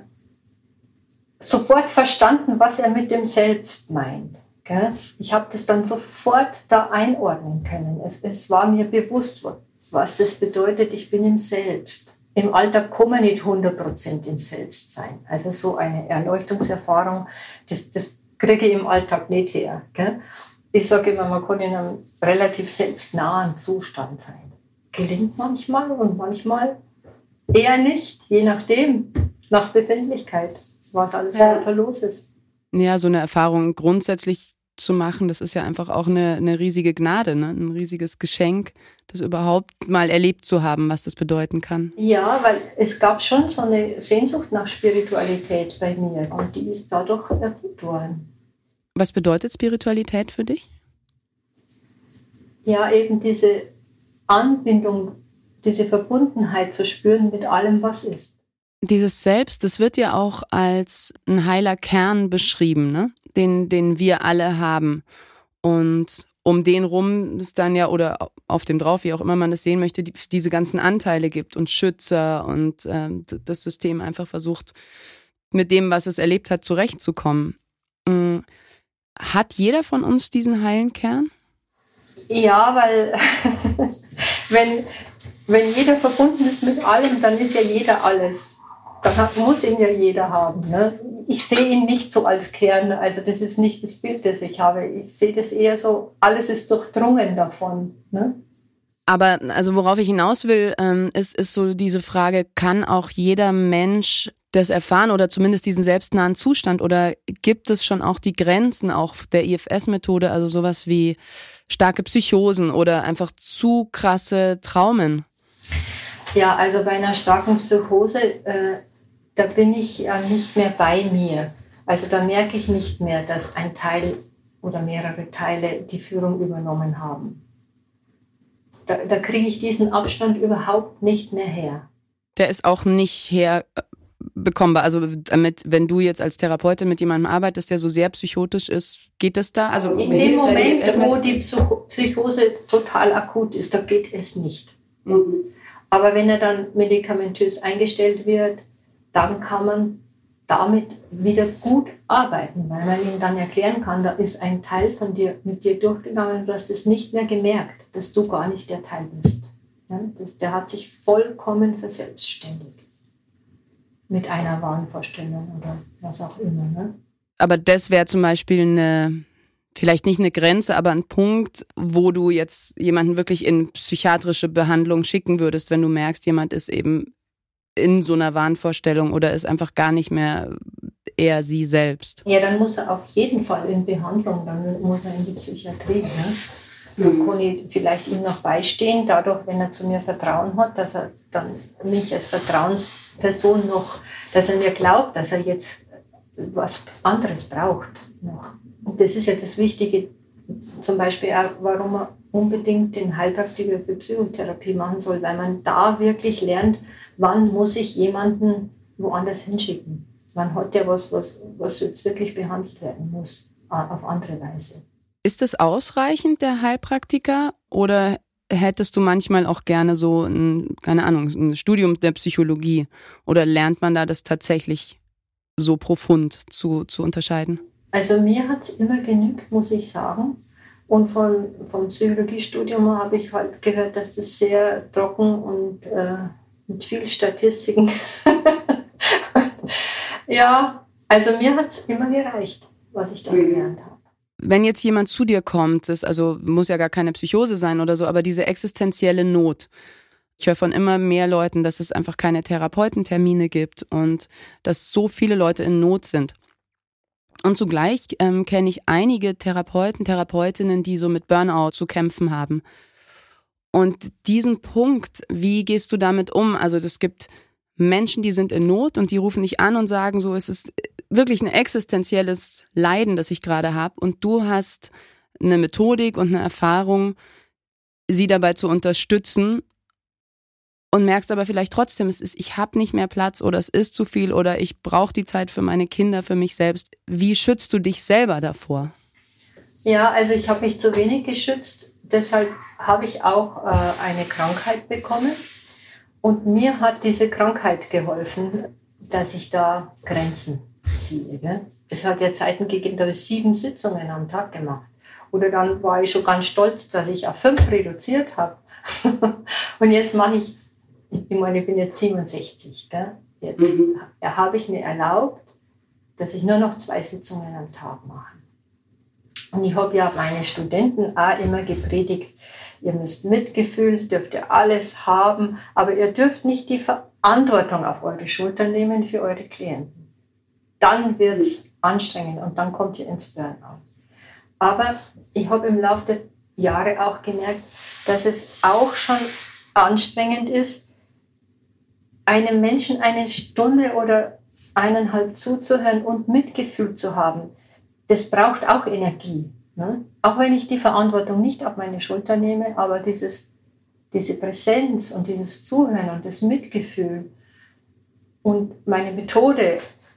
sofort verstanden, was er mit dem Selbst meint. Gell? Ich habe das dann sofort da einordnen können. Es war mir bewusst, was das bedeutet, ich bin im Selbst. Im Alltag kann man nicht 100% im Selbst sein. Also so eine Erleuchtungserfahrung, das kriege ich im Alltag nicht her. Gell? Ich sage immer, man kann in einem relativ selbstnahen Zustand sein. Gelingt manchmal und manchmal eher nicht, je nachdem, nach Befindlichkeit, was alles weiter los ist. Ja, so eine Erfahrung grundsätzlich zu machen, das ist ja einfach auch eine riesige Gnade, ne? Ein riesiges Geschenk, das überhaupt mal erlebt zu haben, was das bedeuten kann. Ja, weil es gab schon so eine Sehnsucht nach Spiritualität bei mir und die ist dadurch erfüllt worden. Was bedeutet Spiritualität für dich? Ja, eben diese Anbindung, diese Verbundenheit zu spüren mit allem, was ist. Dieses Selbst, das wird ja auch als ein heiler Kern beschrieben, ne? Den wir alle haben. Und um den rum es dann ja, oder auf dem drauf, wie auch immer man das sehen möchte, diese ganzen Anteile gibt und Schützer und das System einfach versucht, mit dem, was es erlebt hat, zurechtzukommen. Hat jeder von uns diesen heilen Kern? Ja, weil wenn jeder verbunden ist mit allem, dann ist ja jeder alles. Dann muss ihn ja jeder haben. Ne? Ich sehe ihn nicht so als Kern, also das ist nicht das Bild, das ich habe. Ich sehe das eher so, alles ist durchdrungen davon. Ne? Aber also worauf ich hinaus will, ist so diese Frage, kann auch jeder Mensch das erfahren oder zumindest diesen selbstnahen Zustand, oder gibt es schon auch die Grenzen auch der IFS-Methode, also sowas wie starke Psychosen oder einfach zu krasse Traumen? Ja, also bei einer starken Psychose, da bin ich ja nicht mehr bei mir. Also da merke ich nicht mehr, dass ein Teil oder mehrere Teile die Führung übernommen haben. Da kriege ich diesen Abstand überhaupt nicht mehr her. Der ist auch nicht herbekommbar. Also damit, wenn du jetzt als Therapeutin mit jemandem arbeitest, der so sehr psychotisch ist, geht das da? Also in dem Moment, wo die Psychose total akut ist, da geht es nicht. Mhm. Aber wenn er dann medikamentös eingestellt wird, dann kann man damit wieder gut arbeiten, weil man ihm dann erklären kann, da ist ein Teil von dir mit dir durchgegangen, du hast es nicht mehr gemerkt, dass du gar nicht der Teil bist. Ja, der hat sich vollkommen verselbstständigt. Mit einer Wahnvorstellung oder was auch immer. Ne? Aber das wäre zum Beispiel vielleicht nicht eine Grenze, aber ein Punkt, wo du jetzt jemanden wirklich in psychiatrische Behandlung schicken würdest, wenn du merkst, jemand ist eben in so einer Wahnvorstellung oder ist einfach gar nicht mehr er sie selbst. Ja, dann muss er auf jeden Fall in Behandlung, dann muss er in die Psychiatrie. Ne? Dann kann ich vielleicht ihm noch beistehen, dadurch, wenn er zu mir Vertrauen hat, dass er dann mich als Vertrauensperson noch, dass er mir glaubt, dass er jetzt was anderes braucht noch. Und das ist ja das Wichtige, zum Beispiel auch, warum man unbedingt den Heilpraktiker für Psychotherapie machen soll, weil man da wirklich lernt, wann muss ich jemanden woanders hinschicken. Wann hat der was jetzt wirklich behandelt werden muss, auf andere Weise. Ist das ausreichend, der Heilpraktiker, oder hättest du manchmal auch gerne so ein Studium der Psychologie, oder lernt man da das tatsächlich so profund zu unterscheiden? Also mir hat es immer genügt, muss ich sagen. Und vom Psychologiestudium habe ich halt gehört, dass das sehr trocken und mit viel Statistiken. Ja, also mir hat es immer gereicht, was ich da gelernt habe. Wenn jetzt jemand zu dir kommt, also muss ja gar keine Psychose sein oder so, aber diese existenzielle Not. Ich höre von immer mehr Leuten, dass es einfach keine Therapeutentermine gibt und dass so viele Leute in Not sind. Und zugleich kenne ich einige Therapeutinnen, die so mit Burnout zu kämpfen haben. Und diesen Punkt, wie gehst du damit um? Also es gibt Menschen, die sind in Not und die rufen dich an und sagen so, es ist wirklich ein existenzielles Leiden, das ich gerade habe. Und du hast eine Methodik und eine Erfahrung, sie dabei zu unterstützen, und merkst aber vielleicht trotzdem, ich habe nicht mehr Platz oder es ist zu viel oder ich brauche die Zeit für meine Kinder, für mich selbst. Wie schützt du dich selber davor? Ja, also ich habe mich zu wenig geschützt. Deshalb habe ich auch eine Krankheit bekommen. Und mir hat diese Krankheit geholfen, dass ich da Grenzen ziehe. Gell? Es hat ja Zeiten gegeben, da habe ich 7 Sitzungen am Tag gemacht. Oder dann war ich schon ganz stolz, dass ich auf 5 reduziert habe. Und jetzt mache ich bin jetzt 67. Gell? Jetzt habe ich mir erlaubt, dass ich nur noch 2 Sitzungen am Tag mache. Und ich habe ja meine Studenten auch immer gepredigt, ihr müsst Mitgefühl, dürft ihr alles haben, aber ihr dürft nicht die Verantwortung auf eure Schultern nehmen für eure Klienten. Dann wird es anstrengend und dann kommt ihr ins Burnout. Aber ich habe im Laufe der Jahre auch gemerkt, dass es auch schon anstrengend ist, einem Menschen eine Stunde oder 1,5 zuzuhören und Mitgefühl zu haben. Das braucht auch Energie. Ne? Auch wenn ich die Verantwortung nicht auf meine Schulter nehme, aber diese Präsenz und dieses Zuhören und das Mitgefühl, Und meine Methode,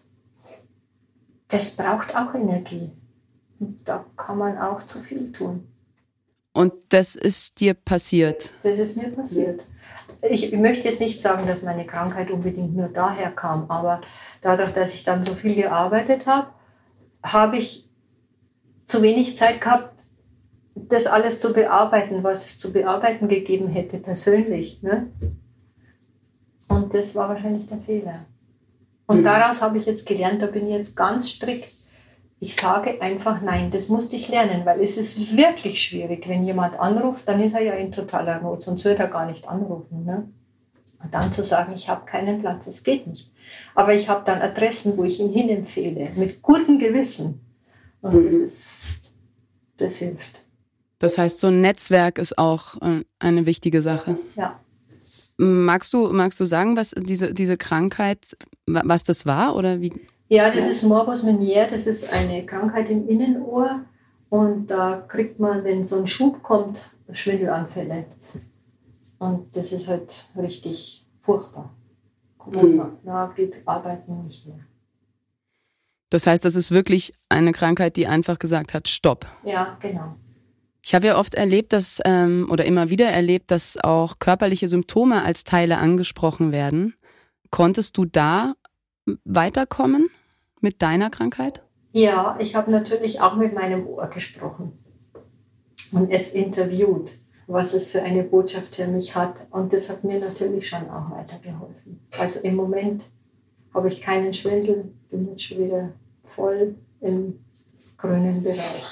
das braucht auch Energie. Und da kann man auch zu viel tun. Und das ist dir passiert? Das ist mir passiert. Ich möchte jetzt nicht sagen, dass meine Krankheit unbedingt nur daher kam, aber dadurch, dass ich dann so viel gearbeitet habe, habe ich zu wenig Zeit gehabt, das alles zu bearbeiten, was es zu bearbeiten gegeben hätte, persönlich. Ne? Und das war wahrscheinlich der Fehler. Und daraus habe ich jetzt gelernt, da bin ich jetzt ganz strikt. Ich sage einfach nein, das musste ich lernen, weil es ist wirklich schwierig. Wenn jemand anruft, dann ist er ja in totaler Not, sonst würde er gar nicht anrufen. Ne? Und dann zu sagen, ich habe keinen Platz, das geht nicht. Aber ich habe dann Adressen, wo ich ihn hinempfehle, mit gutem Gewissen. Und das hilft. Das heißt, so ein Netzwerk ist auch eine wichtige Sache. Ja. Magst du sagen, was diese Krankheit, was das war oder wie? Ja, das ist Morbus Meniere, das ist eine Krankheit im Innenohr und da kriegt man, wenn so ein Schub kommt, Schwindelanfälle. Und das ist halt richtig furchtbar. Ja, die arbeiten nicht mehr. Das heißt, das ist wirklich eine Krankheit, die einfach gesagt hat, stopp. Ja, genau. Ich habe ja oft erlebt, oder immer wieder erlebt, dass auch körperliche Symptome als Teile angesprochen werden. Konntest du da weiterkommen mit deiner Krankheit? Ja, ich habe natürlich auch mit meinem Ohr gesprochen und es interviewt, was es für eine Botschaft für mich hat. Und das hat mir natürlich schon auch weitergeholfen. Also im Moment habe ich keinen Schwindel, bin jetzt schon wieder voll im grünen Bereich.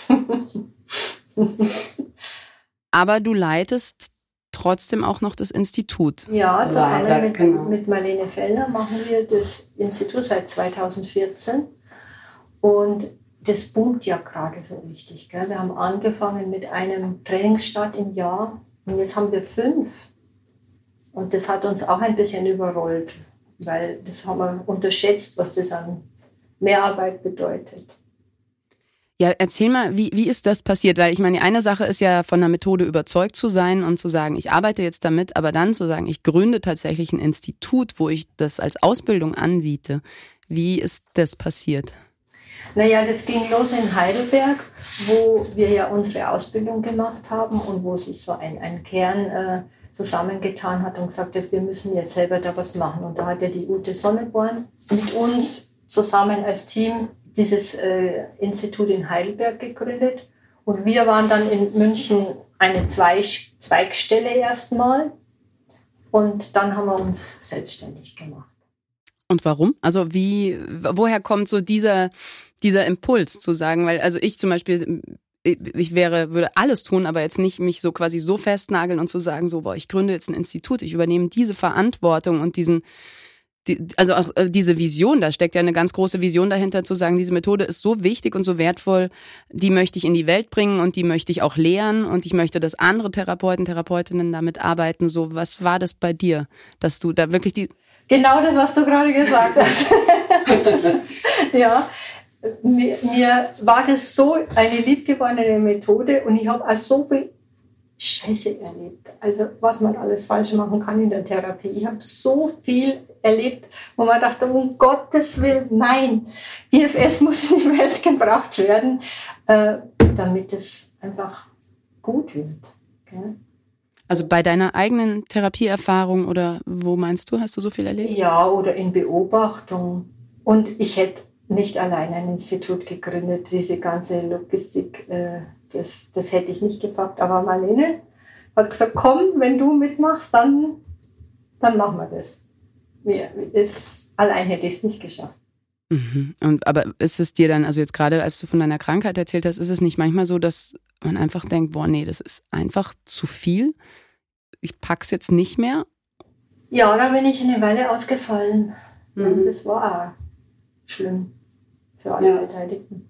Aber du leitest trotzdem auch noch das Institut. Ja, zusammen mit Marlene Fellner machen wir das Institut seit 2014 und das boomt ja gerade so richtig. Gell? Wir haben angefangen mit einem Trainingsstart im Jahr und jetzt haben wir 5 und das hat uns auch ein bisschen überrollt, weil das haben wir unterschätzt, was das an Mehrarbeit bedeutet. Ja, erzähl mal, wie ist das passiert? Weil ich meine, die eine Sache ist ja, von der Methode überzeugt zu sein und zu sagen, ich arbeite jetzt damit, aber dann zu sagen, ich gründe tatsächlich ein Institut, wo ich das als Ausbildung anbiete. Wie ist das passiert? Naja, das ging los in Heidelberg, wo wir ja unsere Ausbildung gemacht haben und wo sich so ein Kern zusammengetan hat und gesagt hat, wir müssen jetzt selber da was machen. Und da hat ja die Ute Sonneborn mit uns zusammen als Team dieses Institut in Heidelberg gegründet. Und wir waren dann in München eine Zweigstelle erstmal. Und dann haben wir uns selbstständig gemacht. Und warum? Also woher kommt so dieser Impuls zu sagen? Weil also ich zum Beispiel, würde alles tun, aber jetzt nicht mich so quasi so festnageln und zu sagen, so, boah, ich gründe jetzt ein Institut, ich übernehme diese Verantwortung und also auch diese Vision, da steckt ja eine ganz große Vision dahinter, zu sagen, diese Methode ist so wichtig und so wertvoll, die möchte ich in die Welt bringen und die möchte ich auch lehren und ich möchte, dass andere Therapeutinnen damit arbeiten. So, was war das bei dir, dass du da wirklich Genau das, was du gerade gesagt hast. Ja, mir war das so eine liebgewonnene Methode und ich habe auch so viel Scheiße erlebt. Also was man alles falsch machen kann in der Therapie. Ich habe so viel erlebt, wo man dachte, um Gottes Willen, nein, IFS muss in die Welt gebracht werden, damit es einfach gut wird. Okay? Also bei deiner eigenen Therapieerfahrung oder wo meinst du, hast du so viel erlebt? Ja, oder in Beobachtung. Und ich hätte nicht allein ein Institut gegründet, diese ganze Logistik, das hätte ich nicht gepackt. Aber Marlene hat gesagt, komm, wenn du mitmachst, dann machen wir das. Allein hätte ich es nicht geschafft. Mhm. Aber ist es dir dann, also jetzt gerade als du von deiner Krankheit erzählt hast, ist es nicht manchmal so, dass man einfach denkt, boah, nee, das ist einfach zu viel, ich pack's jetzt nicht mehr? Ja, da bin ich eine Weile ausgefallen. Mhm. Und das war auch schlimm für alle Beteiligten.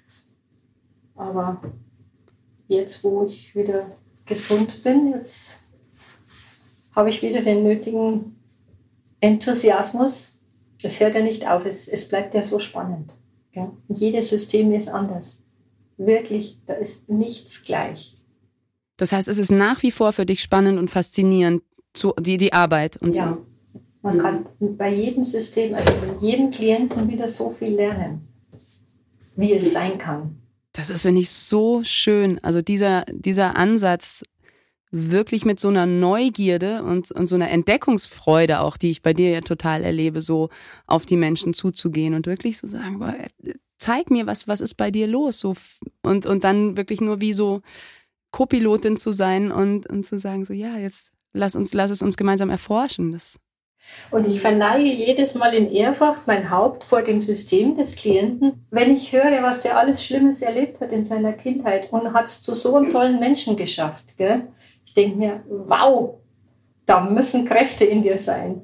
Aber jetzt, wo ich wieder gesund bin, jetzt habe ich wieder den nötigen Enthusiasmus. Es hört ja nicht auf, es bleibt ja so spannend. Ja? Jedes System ist anders. Wirklich, da ist nichts gleich. Das heißt, es ist nach wie vor für dich spannend und faszinierend, die Arbeit. Und ja. Man kann bei jedem System, also bei jedem Klienten wieder so viel lernen, wie es sein kann. Das ist, finde ich, so schön. Also dieser Ansatz, wirklich mit so einer Neugierde und so einer Entdeckungsfreude auch, die ich bei dir ja total erlebe, so auf die Menschen zuzugehen und wirklich so sagen, boah, zeig mir, was ist bei dir los? So, und dann wirklich nur wie so Co-Pilotin zu sein und zu sagen, so ja, jetzt lass es uns gemeinsam erforschen. Und ich verneige jedes Mal in Ehrfurcht mein Haupt vor dem System des Klienten, wenn ich höre, was der alles Schlimmes erlebt hat in seiner Kindheit und hat es zu so einem tollen Menschen geschafft. Gell? Ich denke mir, wow, da müssen Kräfte in dir sein.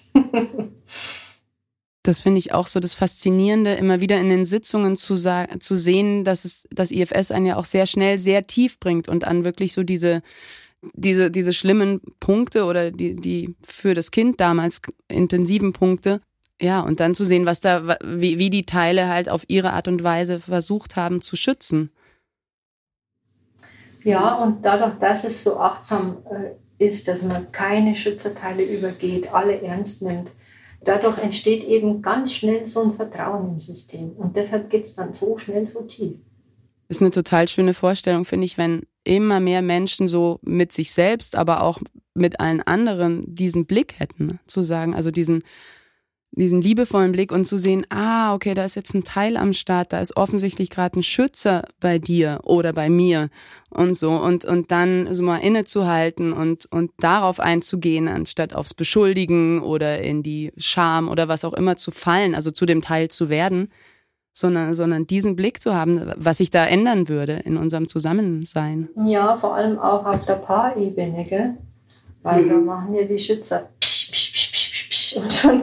Das finde ich auch so das Faszinierende, immer wieder in den Sitzungen zu sehen, dass das IFS einen ja auch sehr schnell sehr tief bringt und an wirklich so diese schlimmen Punkte oder die für das Kind damals intensiven Punkte. Ja, und dann zu sehen, wie die Teile halt auf ihre Art und Weise versucht haben zu schützen. Ja, und dadurch, dass es so achtsam ist, dass man keine Schützerteile übergeht, alle ernst nimmt, dadurch entsteht eben ganz schnell so ein Vertrauen im System. Und deshalb geht es dann so schnell so tief. Ist eine total schöne Vorstellung, finde ich, wenn immer mehr Menschen so mit sich selbst, aber auch mit allen anderen diesen Blick hätten, zu sagen, also diesen liebevollen Blick und zu sehen, okay, da ist jetzt ein Teil am Start, da ist offensichtlich gerade ein Schützer bei dir oder bei mir und so und dann so mal innezuhalten und darauf einzugehen, anstatt aufs Beschuldigen oder in die Scham oder was auch immer zu fallen, also zu dem Teil zu werden, sondern diesen Blick zu haben, was sich da ändern würde in unserem Zusammensein. Ja, vor allem auch auf der Paarebene, gell? Weil da machen ja die Schützer psch, psch, psch, psch, psch, und dann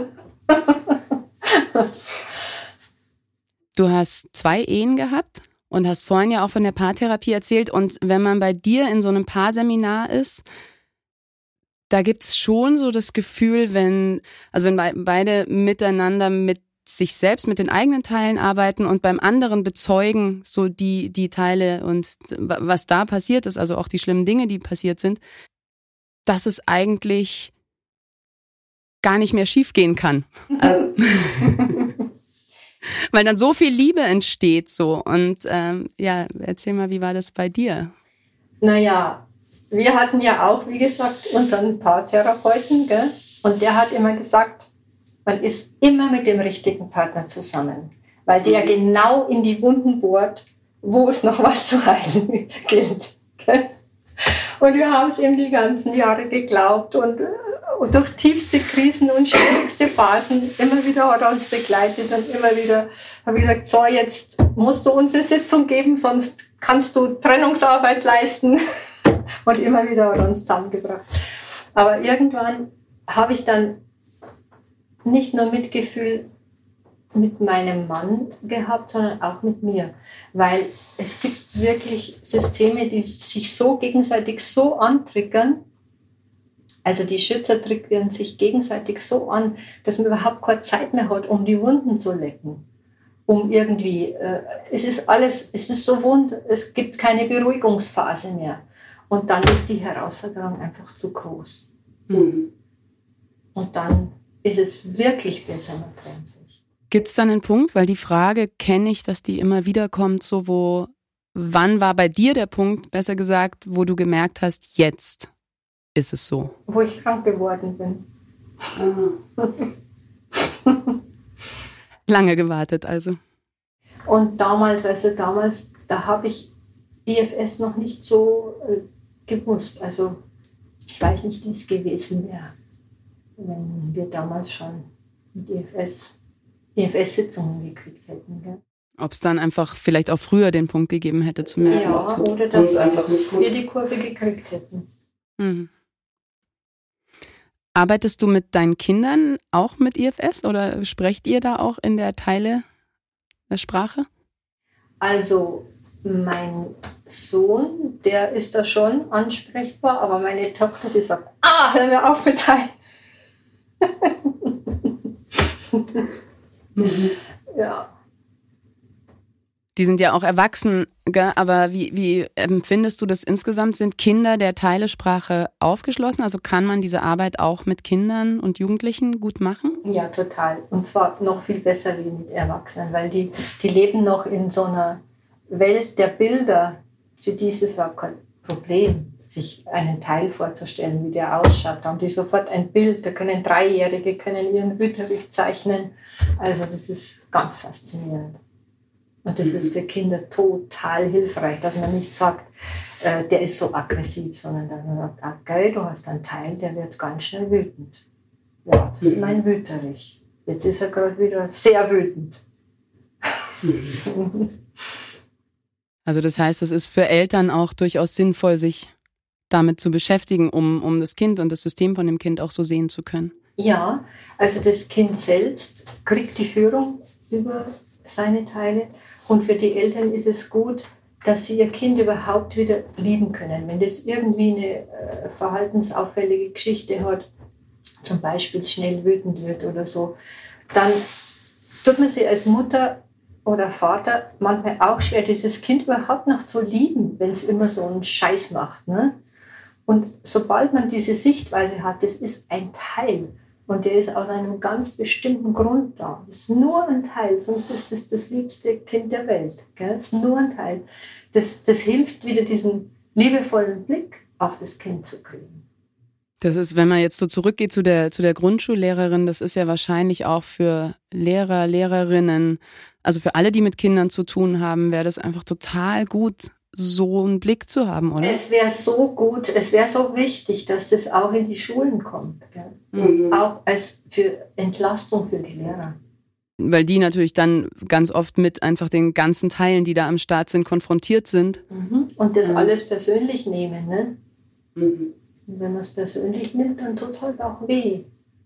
Du hast 2 Ehen gehabt und hast vorhin ja auch von der Paartherapie erzählt. Und wenn man bei dir in so einem Paarseminar ist, da gibt's schon so das Gefühl, wenn beide miteinander mit sich selbst, mit den eigenen Teilen arbeiten und beim anderen bezeugen, so die Teile und was da passiert ist, also auch die schlimmen Dinge, die passiert sind, dass es eigentlich gar nicht mehr schiefgehen kann. Also, weil dann so viel Liebe entsteht so. Und erzähl mal, wie war das bei dir? Naja, wir hatten ja auch, wie gesagt, unseren Paartherapeuten, gell? Und der hat immer gesagt, man ist immer mit dem richtigen Partner zusammen, weil der genau in die Wunden bohrt, wo es noch was zu heilen gilt. Gell? Und wir haben es eben die ganzen Jahre geglaubt und durch tiefste Krisen und schwierigste Phasen immer wieder hat er uns begleitet und immer wieder habe ich gesagt, so jetzt musst du uns eine Sitzung geben, sonst kannst du Trennungsarbeit leisten. Und immer wieder hat er uns zusammengebracht. Aber irgendwann habe ich dann nicht nur Mitgefühl mit meinem Mann gehabt, sondern auch mit mir. Weil es gibt wirklich Systeme, die sich so gegenseitig so antriggern. Also die Schützer triggern sich gegenseitig so an, dass man überhaupt keine Zeit mehr hat, um die Wunden zu lecken. Um irgendwie, es ist so wund, es gibt keine Beruhigungsphase mehr. Und dann ist die Herausforderung einfach zu groß. Mhm. Und dann ist es wirklich besser, man trennt sich. Gibt es dann einen Punkt, weil die Frage kenne ich, dass die immer wieder kommt, so wann war bei dir der Punkt, besser gesagt, wo du gemerkt hast, jetzt ist es so? Wo ich krank geworden bin. Lange gewartet also. Und damals, da habe ich IFS noch nicht so gewusst. Also ich weiß nicht, wie es gewesen wäre, wenn wir damals schon mit IFS-Sitzungen gekriegt hätten. Gell? Ob es dann einfach vielleicht auch früher den Punkt gegeben hätte zu merken. Ja, oder dass wir die Kurve gekriegt hätten. Mhm. Arbeitest du mit deinen Kindern auch mit IFS oder sprecht ihr da auch in der Teile der Sprache? Also mein Sohn, der ist da schon ansprechbar, aber meine Tochter, die sagt, hör mir auf mit Teilen. Mhm. Ja. Die sind ja auch erwachsen, Aber wie empfindest du das insgesamt? Sind Kinder der Teilesprache aufgeschlossen? Also kann man diese Arbeit auch mit Kindern und Jugendlichen gut machen? Ja, total. Und zwar noch viel besser wie mit Erwachsenen, weil die leben noch in so einer Welt der Bilder. Für die ist es überhaupt kein Problem, sich einen Teil vorzustellen, wie der ausschaut. Da haben die sofort ein Bild, da können Dreijährige ihren Wüterich zeichnen. Also das ist ganz faszinierend. Und das ist für Kinder total hilfreich, dass man nicht sagt, der ist so aggressiv, sondern dass man sagt, okay, du hast einen Teil, der wird ganz schnell wütend. Ja, das ist mein Wüterich. Jetzt ist er gerade wieder sehr wütend. Also das heißt, es ist für Eltern auch durchaus sinnvoll, sich damit zu beschäftigen, um das Kind und das System von dem Kind auch so sehen zu können. Ja, also das Kind selbst kriegt die Führung über seine Teile. Und für die Eltern ist es gut, dass sie ihr Kind überhaupt wieder lieben können. Wenn das irgendwie eine verhaltensauffällige Geschichte hat, zum Beispiel schnell wütend wird oder so, dann tut man sie als Mutter oder Vater manchmal auch schwer, dieses Kind überhaupt noch zu lieben, wenn es immer so einen Scheiß macht. Ne? Und sobald man diese Sichtweise hat, das ist ein Teil und der ist aus einem ganz bestimmten Grund da. Das ist nur ein Teil, sonst ist es das liebste Kind der Welt. Gell? Das ist nur ein Teil. Das hilft wieder, diesen liebevollen Blick auf das Kind zu kriegen. Das ist, wenn man jetzt so zurückgeht zu der Grundschullehrerin, das ist ja wahrscheinlich auch für Lehrer, Lehrerinnen, also für alle, die mit Kindern zu tun haben, wäre das einfach total gut, so einen Blick zu haben, oder? Es wäre so gut, es wäre so wichtig, dass das auch in die Schulen kommt. Gell? Und auch als für Entlastung für die Lehrer. Weil die natürlich dann ganz oft mit einfach den ganzen Teilen, die da am Start sind, konfrontiert sind. Und das alles persönlich nehmen, ne? Und wenn man es persönlich nimmt, dann tut es halt auch weh.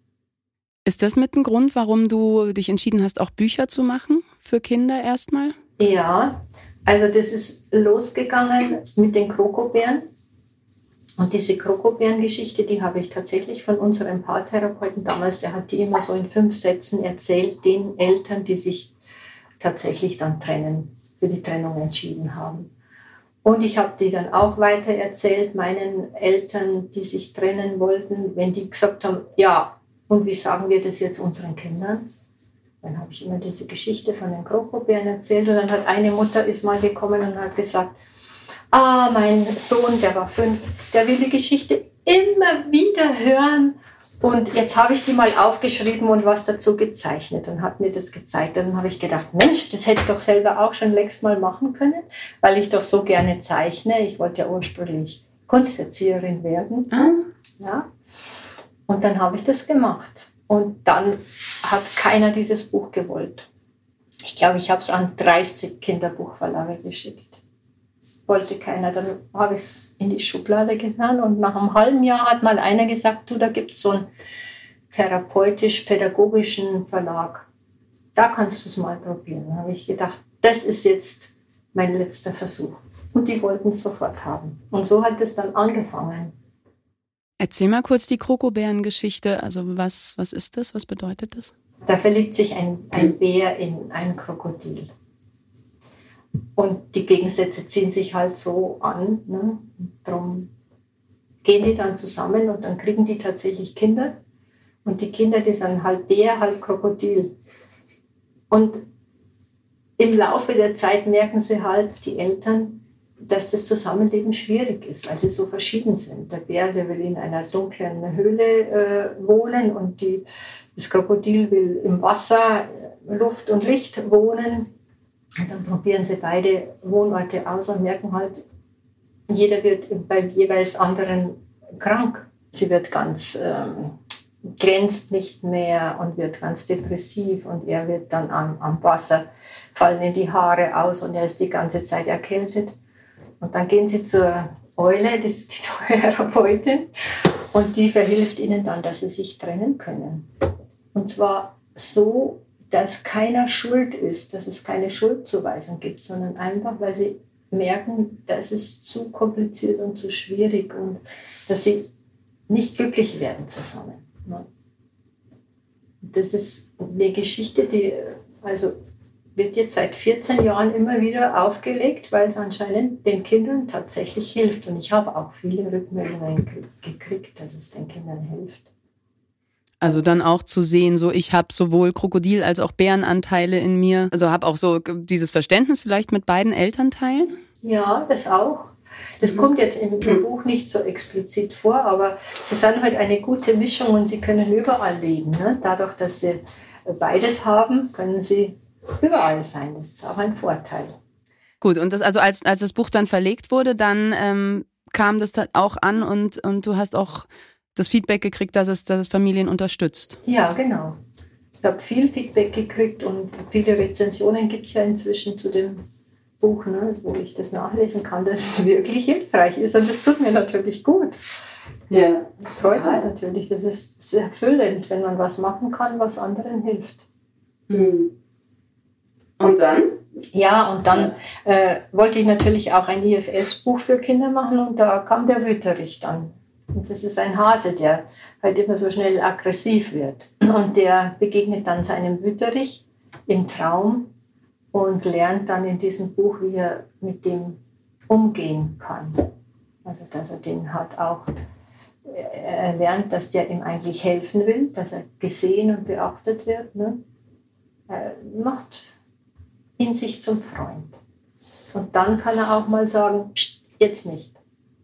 Ist das mit ein Grund, warum du dich entschieden hast, auch Bücher zu machen für Kinder erstmal? Ja, also das ist losgegangen mit den Krokobären. Und diese Krokobären-Geschichte, die habe ich tatsächlich von unserem Paartherapeuten damals, der hat die immer so in 5 Sätzen erzählt, den Eltern, die sich tatsächlich dann für die Trennung entschieden haben. Und ich habe die dann auch weiter erzählt, meinen Eltern, die sich trennen wollten, wenn die gesagt haben, ja, und wie sagen wir das jetzt unseren Kindern? Dann habe ich immer diese Geschichte von den Krokobären erzählt und dann hat eine Mutter ist mal gekommen und hat gesagt, mein Sohn, der war 5, der will die Geschichte immer wieder hören und jetzt habe ich die mal aufgeschrieben und was dazu gezeichnet und hat mir das gezeigt. Und dann habe ich gedacht, Mensch, das hätte ich doch selber auch schon längst mal machen können, weil ich doch so gerne zeichne. Ich wollte ja ursprünglich Kunsterzieherin werden. Ja. Und dann habe ich das gemacht. Und dann hat keiner dieses Buch gewollt. Ich glaube, ich habe es an 30 Kinderbuchverlage geschickt. Wollte keiner. Dann habe ich es in die Schublade getan und nach einem halben Jahr hat mal einer gesagt, du, da gibt es so einen therapeutisch-pädagogischen Verlag. Da kannst du es mal probieren. Dann habe ich gedacht, das ist jetzt mein letzter Versuch. Und die wollten es sofort haben. Und so hat es dann angefangen. Erzähl mal kurz die Krokobären-Geschichte. Also was ist das? Was bedeutet das? Da verliebt sich ein Bär in ein Krokodil. Und die Gegensätze ziehen sich halt so an. Ne? Darum gehen die dann zusammen und dann kriegen die tatsächlich Kinder. Und die Kinder, die sind halb Bär, halb Krokodil. Und im Laufe der Zeit merken sie halt, die Eltern, dass das Zusammenleben schwierig ist, weil sie so verschieden sind. Der Bär, der will in einer dunklen Höhle wohnen und das Krokodil will im Wasser, Luft und Licht wohnen. Und dann probieren sie beide Wohnorte aus und merken halt, jeder wird beim jeweils anderen krank. Sie wird ganz, glänzt nicht mehr und wird ganz depressiv und er wird dann am Wasser, fallen ihm die Haare aus und er ist die ganze Zeit erkältet. Und dann gehen sie zur Eule, das ist die Therapeutin, und die verhilft ihnen dann, dass sie sich trennen können. Und zwar so, dass keiner schuld ist, dass es keine Schuldzuweisung gibt, sondern einfach, weil sie merken, das ist zu kompliziert und zu schwierig und dass sie nicht glücklich werden zusammen. Das ist eine Geschichte, die also wird jetzt seit 14 Jahren immer wieder aufgelegt, weil es anscheinend den Kindern tatsächlich hilft. Und ich habe auch viele Rückmeldungen gekriegt, dass es den Kindern hilft. Also dann auch zu sehen, so ich habe sowohl Krokodil- als auch Bärenanteile in mir. Also habe auch so dieses Verständnis vielleicht mit beiden Elternteilen? Ja, das auch. Das kommt jetzt im Buch nicht so explizit vor, aber sie sind halt eine gute Mischung und sie können überall leben. Ne? Dadurch, dass sie beides haben, können sie überall sein. Das ist auch ein Vorteil. Gut, und das, also als das Buch dann verlegt wurde, dann kam das auch an und du hast auch das Feedback gekriegt, dass es Familien unterstützt. Ja, genau. Ich habe viel Feedback gekriegt und viele Rezensionen gibt es ja inzwischen zu dem Buch, ne, wo ich das nachlesen kann, dass es wirklich hilfreich ist. Und das tut mir natürlich gut. Ja, das freut mich natürlich. Das ist sehr erfüllend, wenn man was machen kann, was anderen hilft. Und dann? Ja, und dann wollte ich natürlich auch ein IFS-Buch für Kinder machen und da kam der Wüterich dann. Und das ist ein Hase, der halt immer so schnell aggressiv wird. Und der begegnet dann seinem Wüterich im Traum und lernt dann in diesem Buch, wie er mit dem umgehen kann. Also dass er den halt auch, er lernt, dass der ihm eigentlich helfen will, dass er gesehen und beachtet wird. Ne? Er macht ihn sich zum Freund. Und dann kann er auch mal sagen, Psst, jetzt nicht.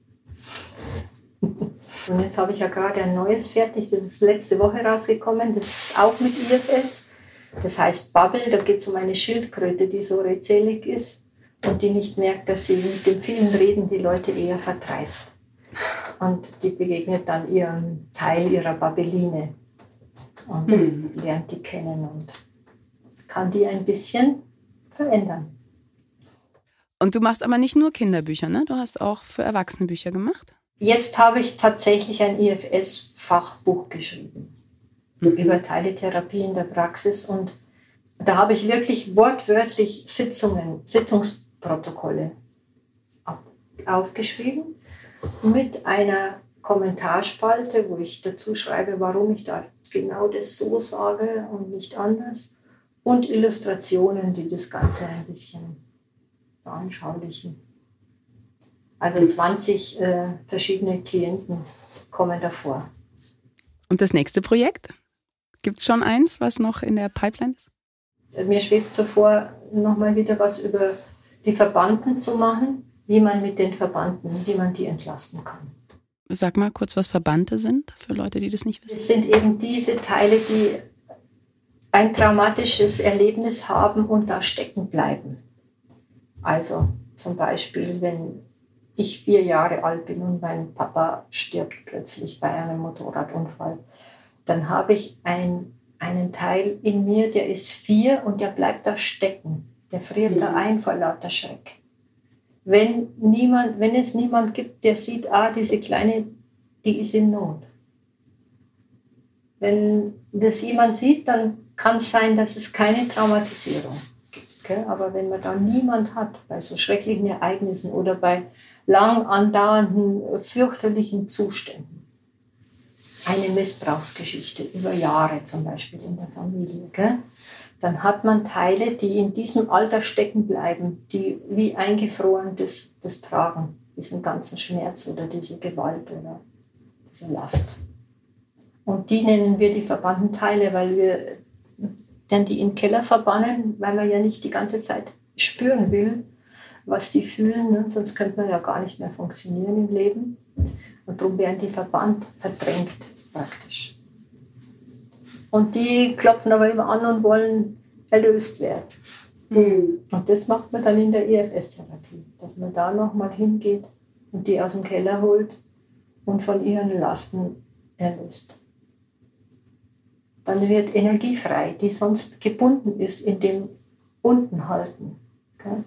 Und jetzt habe ich ja gerade ein neues fertig, das ist letzte Woche rausgekommen, das ist auch mit IFS. Das heißt Bubble, da geht es um eine Schildkröte, die so redselig ist und die nicht merkt, dass sie mit dem vielen Reden die Leute eher vertreibt. Und die begegnet dann ihrem Teil ihrer Babbeline und lernt die kennen und kann die ein bisschen verändern. Und du machst aber nicht nur Kinderbücher, ne? Du hast auch für Erwachsene Bücher gemacht? Jetzt habe ich tatsächlich ein IFS-Fachbuch geschrieben über Teiletherapie in der Praxis und da habe ich wirklich wortwörtlich Sitzungsprotokolle aufgeschrieben mit einer Kommentarspalte, wo ich dazu schreibe, warum ich da genau das so sage und nicht anders und Illustrationen, die das Ganze ein bisschen veranschaulichen. Also 20 verschiedene Klienten kommen davor. Und das nächste Projekt? Gibt es schon eins, was noch in der Pipeline ist? Mir schwebt so vor, nochmal wieder was über die Verbannten zu machen, wie man mit den Verbannten, wie man die entlasten kann. Sag mal kurz, was Verbannte sind, für Leute, die das nicht wissen. Es sind eben diese Teile, die ein traumatisches Erlebnis haben und da stecken bleiben. Also zum Beispiel, wenn ich 4 Jahre alt bin und mein Papa stirbt plötzlich bei einem Motorradunfall, dann habe ich einen Teil in mir, der ist 4 und der bleibt da stecken. Der friert da ein vor lauter Schreck. Wenn es niemand gibt, der sieht, diese Kleine, die ist in Not. Wenn das jemand sieht, dann kann es sein, dass es keine Traumatisierung gibt. Gell? Aber wenn man da niemand hat, bei so schrecklichen Ereignissen oder bei lang andauernden, fürchterlichen Zuständen, eine Missbrauchsgeschichte über Jahre zum Beispiel in der Familie, gell? Dann hat man Teile, die in diesem Alter stecken bleiben, die wie eingefroren das tragen, diesen ganzen Schmerz oder diese Gewalt oder diese Last. Und die nennen wir die verbannten Teile, weil wir dann die in den Keller verbannen, weil man ja nicht die ganze Zeit spüren will, was die fühlen, ne? Sonst könnte man ja gar nicht mehr funktionieren im Leben. Und darum werden die verbannt, verdrängt praktisch. Und die klopfen aber immer an und wollen erlöst werden. Und das macht man dann in der IFS-Therapie, dass man da nochmal hingeht und die aus dem Keller holt und von ihren Lasten erlöst. Dann wird Energie frei, die sonst gebunden ist in dem Untenhalten. Okay?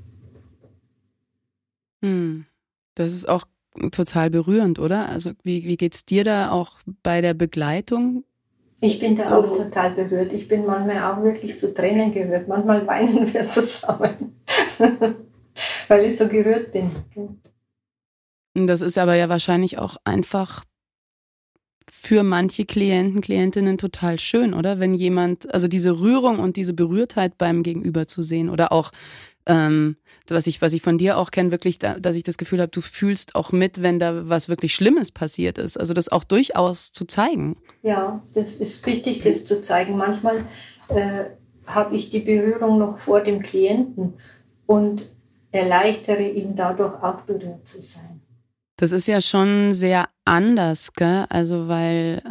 Das ist auch total berührend, oder? Also wie geht's dir da auch bei der Begleitung? Ich bin da auch total berührt. Ich bin manchmal auch wirklich zu Tränen gerührt. Manchmal weinen wir zusammen, weil ich so gerührt bin. Das ist aber ja wahrscheinlich auch einfach für manche Klienten, Klientinnen total schön, oder? Wenn jemand, also diese Rührung und diese Berührtheit beim Gegenüber zu sehen oder auch, was ich von dir auch kenne, wirklich, dass ich das Gefühl habe, du fühlst auch mit, wenn da was wirklich Schlimmes passiert ist. Also das auch durchaus zu zeigen. Ja, das ist wichtig, das zu zeigen. Manchmal habe ich die Berührung noch vor dem Klienten und erleichtere ihn dadurch auch berührt zu sein. Das ist ja schon sehr anders, gell? Also weil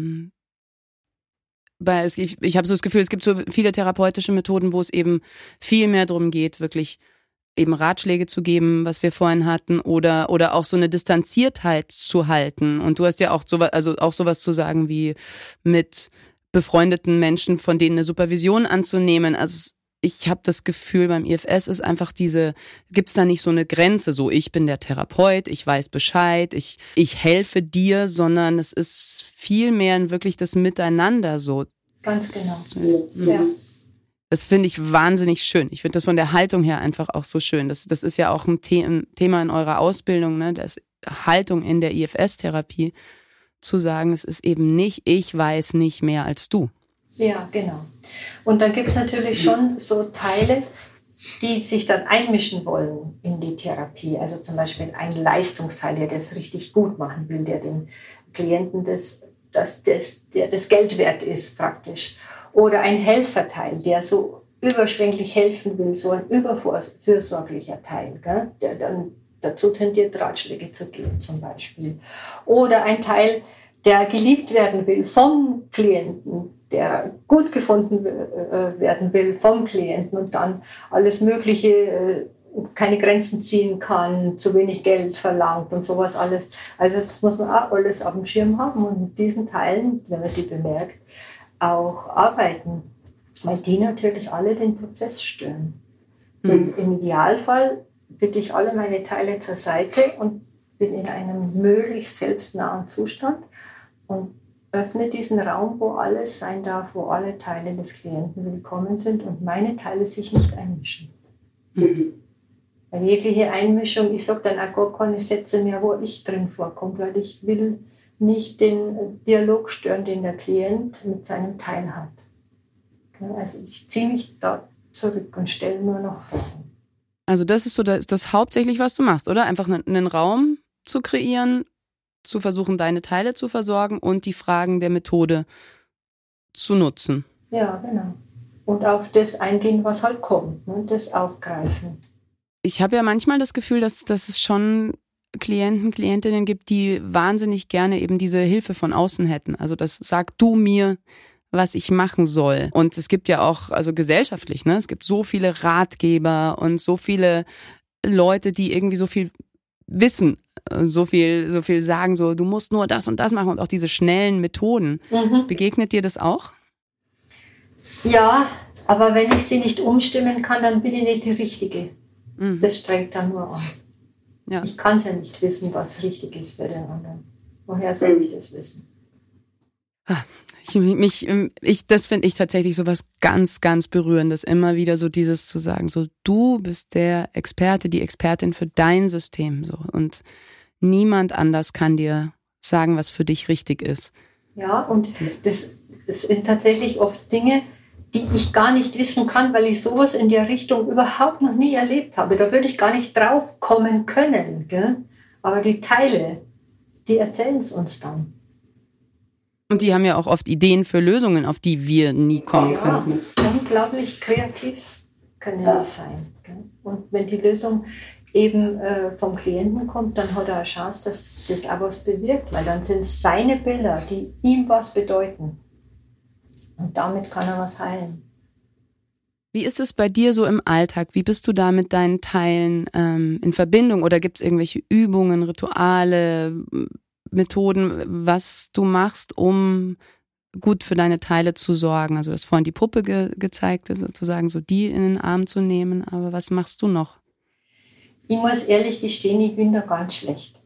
ich habe so das Gefühl, es gibt so viele therapeutische Methoden, wo es eben viel mehr darum geht, wirklich eben Ratschläge zu geben, was wir vorhin hatten, oder auch so eine Distanziertheit zu halten. Und du hast ja auch sowas zu sagen wie mit befreundeten Menschen, von denen eine Supervision anzunehmen. Also ich habe das Gefühl, beim IFS ist einfach gibt's da nicht so eine Grenze, so ich bin der Therapeut, ich weiß Bescheid, ich helfe dir, sondern es ist viel mehr wirklich das Miteinander so. Ganz genau. Ja. Das finde ich wahnsinnig schön. Ich finde das von der Haltung her einfach auch so schön. Das ist ja auch ein Thema in eurer Ausbildung, ne? Das Haltung in der IFS-Therapie, zu sagen, es ist eben nicht, ich weiß nicht mehr als du. Ja, genau. Und dann gibt es natürlich schon so Teile, die sich dann einmischen wollen in die Therapie. Also zum Beispiel ein Leistungsteil, der das richtig gut machen will, der dem Klienten das Geld wert ist praktisch. Oder ein Helferteil, der so überschwänglich helfen will, so ein überfürsorglicher Teil, gell? Der dann dazu tendiert, Ratschläge zu geben zum Beispiel. Oder ein Teil, der geliebt werden will vom Klienten, der gut gefunden werden will vom Klienten und dann alles Mögliche, keine Grenzen ziehen kann, zu wenig Geld verlangt und sowas alles. Also das muss man auch alles auf dem Schirm haben und mit diesen Teilen, wenn man die bemerkt, auch arbeiten, weil die natürlich alle den Prozess stören. Im Idealfall bitte ich alle meine Teile zur Seite und bin in einem möglichst selbstnahen Zustand und öffne diesen Raum, wo alles sein darf, wo alle Teile des Klienten willkommen sind und meine Teile sich nicht einmischen. Weil jegliche Einmischung, ich sage dann auch gar keine Sätze mehr, wo ich drin vorkomme, weil ich will nicht den Dialog stören, den der Klient mit seinem Teil hat. Also ich ziehe mich da zurück und stelle nur noch Fragen. Also das ist so das hauptsächlich, was du machst, oder? Einfach einen Raum zu kreieren, zu versuchen, deine Teile zu versorgen und die Fragen der Methode zu nutzen. Ja, genau. Und auf das eingehen, was halt kommt, ne? Das aufgreifen. Ich habe ja manchmal das Gefühl, dass es schon Klienten, Klientinnen gibt, die wahnsinnig gerne eben diese Hilfe von außen hätten. Also das sag du mir, was ich machen soll. Und es gibt ja auch, also gesellschaftlich, ne, es gibt so viele Ratgeber und so viele Leute, die irgendwie so viel wissen, so viel sagen, so du musst nur das und das machen und auch diese schnellen Methoden. Begegnet dir das auch? Ja, aber wenn ich sie nicht umstimmen kann, dann bin ich nicht die Richtige. Das strengt dann nur an. Ja. Ich kann es ja nicht wissen, was richtig ist für den anderen. Woher soll ich das wissen? Das finde ich tatsächlich so was ganz, ganz Berührendes. Immer wieder so dieses zu sagen, so du bist der Experte, die Expertin für dein System. So. Und niemand anders kann dir sagen, was für dich richtig ist. Ja, und das sind tatsächlich oft Dinge, die ich gar nicht wissen kann, weil ich sowas in der Richtung überhaupt noch nie erlebt habe. Da würde ich gar nicht drauf kommen können. Gell? Aber die Teile, die erzählen es uns dann. Und die haben ja auch oft Ideen für Lösungen, auf die wir nie kommen könnten. Unglaublich kreativ können die sein. Gell? Und wenn die Lösung eben vom Klienten kommt, dann hat er eine Chance, dass das auch was bewirkt, weil dann sind es seine Bilder, die ihm was bedeuten. Und damit kann er was heilen. Wie ist es bei dir so im Alltag? Wie bist du da mit deinen Teilen in Verbindung? Oder gibt es irgendwelche Übungen, Rituale, Methoden, was du machst, um gut für deine Teile zu sorgen? Also du hast vorhin die Puppe gezeigt, sozusagen so die in den Arm zu nehmen. Aber was machst du noch? Ich muss ehrlich gestehen, ich bin da ganz schlecht.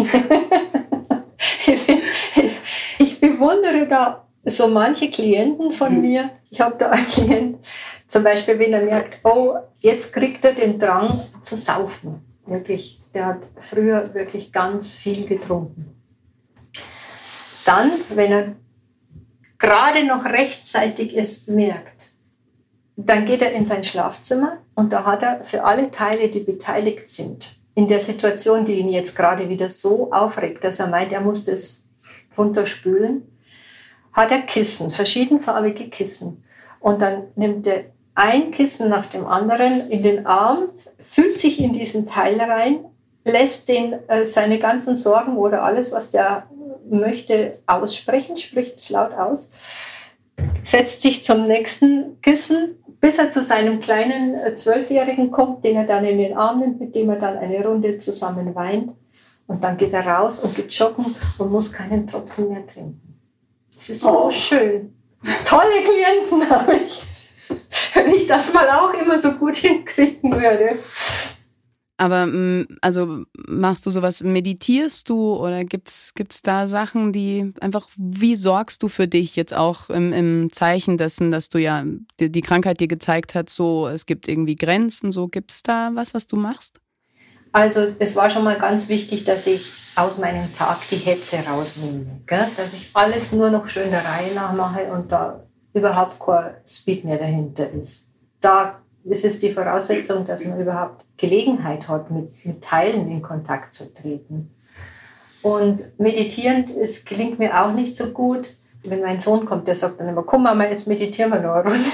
Ich bewundere da so manche Klienten von mir. Ich habe da einen Klient, zum Beispiel, wenn er merkt, oh, jetzt kriegt er den Drang zu saufen. Wirklich, der hat früher wirklich ganz viel getrunken. dann, wenn er gerade noch rechtzeitig es merkt, dann geht er in sein Schlafzimmer und da hat er für alle Teile, die beteiligt sind, in der Situation, die ihn jetzt gerade wieder so aufregt, dass er meint, er muss das runterspülen, hat er Kissen, verschiedenfarbige Kissen. Und dann nimmt er ein Kissen nach dem anderen in den Arm, fühlt sich in diesen Teil rein, lässt den seine ganzen Sorgen oder alles, was der möchte, aussprechen, spricht es laut aus, setzt sich zum nächsten Kissen, bis er zu seinem kleinen 12-Jährigen kommt, den er dann in den Arm nimmt, mit dem er dann eine Runde zusammen weint. Und dann geht er raus und geht joggen und muss keinen Tropfen mehr trinken. Das ist so schön. Tolle Klienten habe ich. Wenn ich das mal auch immer so gut hinkriegen würde. Aber also machst du sowas, meditierst du oder gibt's da Sachen, die einfach, wie sorgst du für dich jetzt auch im Zeichen dessen, dass du ja die Krankheit dir gezeigt hat, so es gibt irgendwie Grenzen, so gibt's da was du machst? Also es war schon mal ganz wichtig, dass ich aus meinem Tag die Hetze rausnehme, gell? Dass ich alles nur noch schön der Reihe nach mache und da überhaupt kein Speed mehr dahinter ist. Da ist es die Voraussetzung, dass man überhaupt Gelegenheit hat, mit Teilen in Kontakt zu treten. Und meditierend, es gelingt mir auch nicht so gut. Wenn mein Sohn kommt, der sagt dann immer, komm Mama, jetzt meditieren wir noch eine Runde.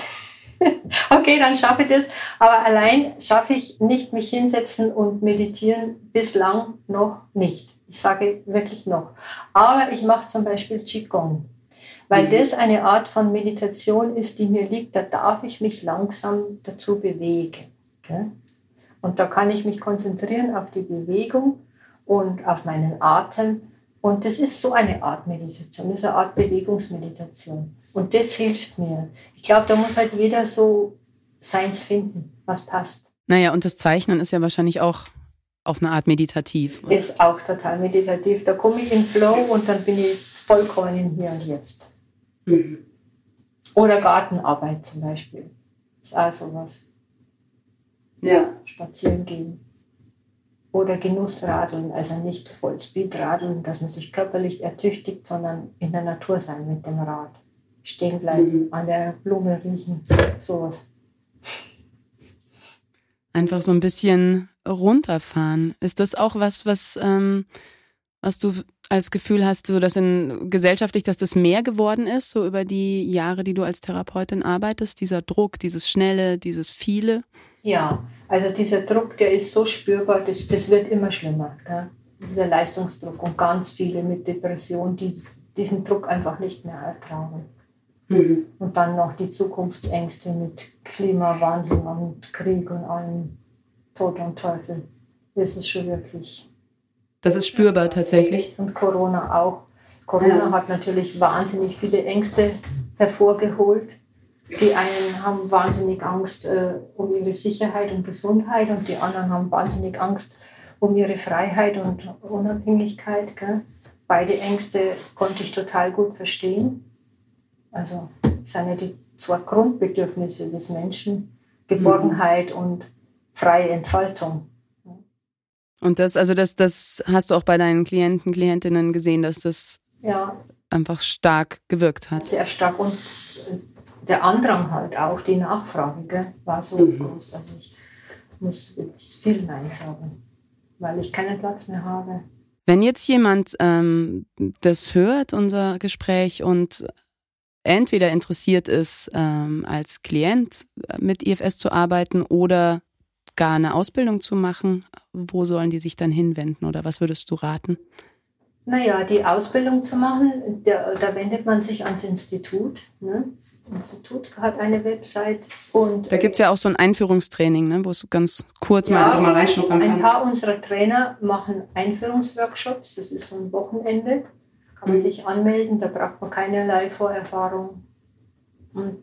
Okay, dann schaffe ich das. Aber allein schaffe ich nicht, mich hinsetzen und meditieren, bislang noch nicht. Ich sage wirklich noch. Aber ich mache zum Beispiel Qigong. Weil das eine Art von Meditation ist, die mir liegt, da darf ich mich langsam dazu bewegen. Okay? Und da kann ich mich konzentrieren auf die Bewegung und auf meinen Atem. Und das ist so eine Art Meditation, das ist eine Art Bewegungsmeditation. Und das hilft mir. Ich glaube, da muss halt jeder so seins finden, was passt. Naja, und das Zeichnen ist ja wahrscheinlich auch auf eine Art meditativ. Oder? Ist auch total meditativ. Da komme ich in Flow und dann bin ich vollkommen im Hier und Jetzt. Mhm. Oder Gartenarbeit zum Beispiel. Ist auch sowas. Ja. Spazieren gehen. Oder Genussradeln, also nicht Vollspeed-Radeln, dass man sich körperlich ertüchtigt, sondern in der Natur sein mit dem Rad. Stehen bleiben, an der Blume riechen, sowas. Einfach so ein bisschen runterfahren. Ist das auch was du als Gefühl hast, so dass gesellschaftlich, dass das mehr geworden ist, so über die Jahre, die du als Therapeutin arbeitest, dieser Druck, dieses Schnelle, dieses Viele? Ja, also dieser Druck, der ist so spürbar, das wird immer schlimmer. Gell? Dieser Leistungsdruck und ganz viele mit Depression, die diesen Druck einfach nicht mehr ertragen. Mhm. Und dann noch die Zukunftsängste mit Klimawandel und Krieg und allem Tod und Teufel. Das ist schon wirklich... Das ist spürbar tatsächlich. Und Corona auch. Corona hat natürlich wahnsinnig viele Ängste hervorgeholt. Die einen haben wahnsinnig Angst um ihre Sicherheit und Gesundheit und die anderen haben wahnsinnig Angst um ihre Freiheit und Unabhängigkeit. Gell? Beide Ängste konnte ich total gut verstehen. Also das sind ja die zwei Grundbedürfnisse des Menschen, Geborgenheit und freie Entfaltung. Und das hast du auch bei deinen Klientinnen gesehen, dass das einfach stark gewirkt hat. Sehr stark und der Andrang halt auch, die Nachfrage, gell, war so groß. Also ich muss jetzt viel Nein sagen, weil ich keinen Platz mehr habe. Wenn jetzt jemand das hört, unser Gespräch, und entweder interessiert ist, als Klient mit IFS zu arbeiten oder gar eine Ausbildung zu machen, wo sollen die sich dann hinwenden oder was würdest du raten? Naja, die Ausbildung zu machen, da wendet man sich ans Institut. Ne? Das Institut hat eine Website. Und da gibt es ja auch so ein Einführungstraining, ne, wo es ganz kurz mal einfach mal reinschnuppern kann. Ein paar unserer Trainer machen Einführungsworkshops, das ist so ein Wochenende. Kann man sich anmelden, da braucht man keinerlei Vorerfahrung. Und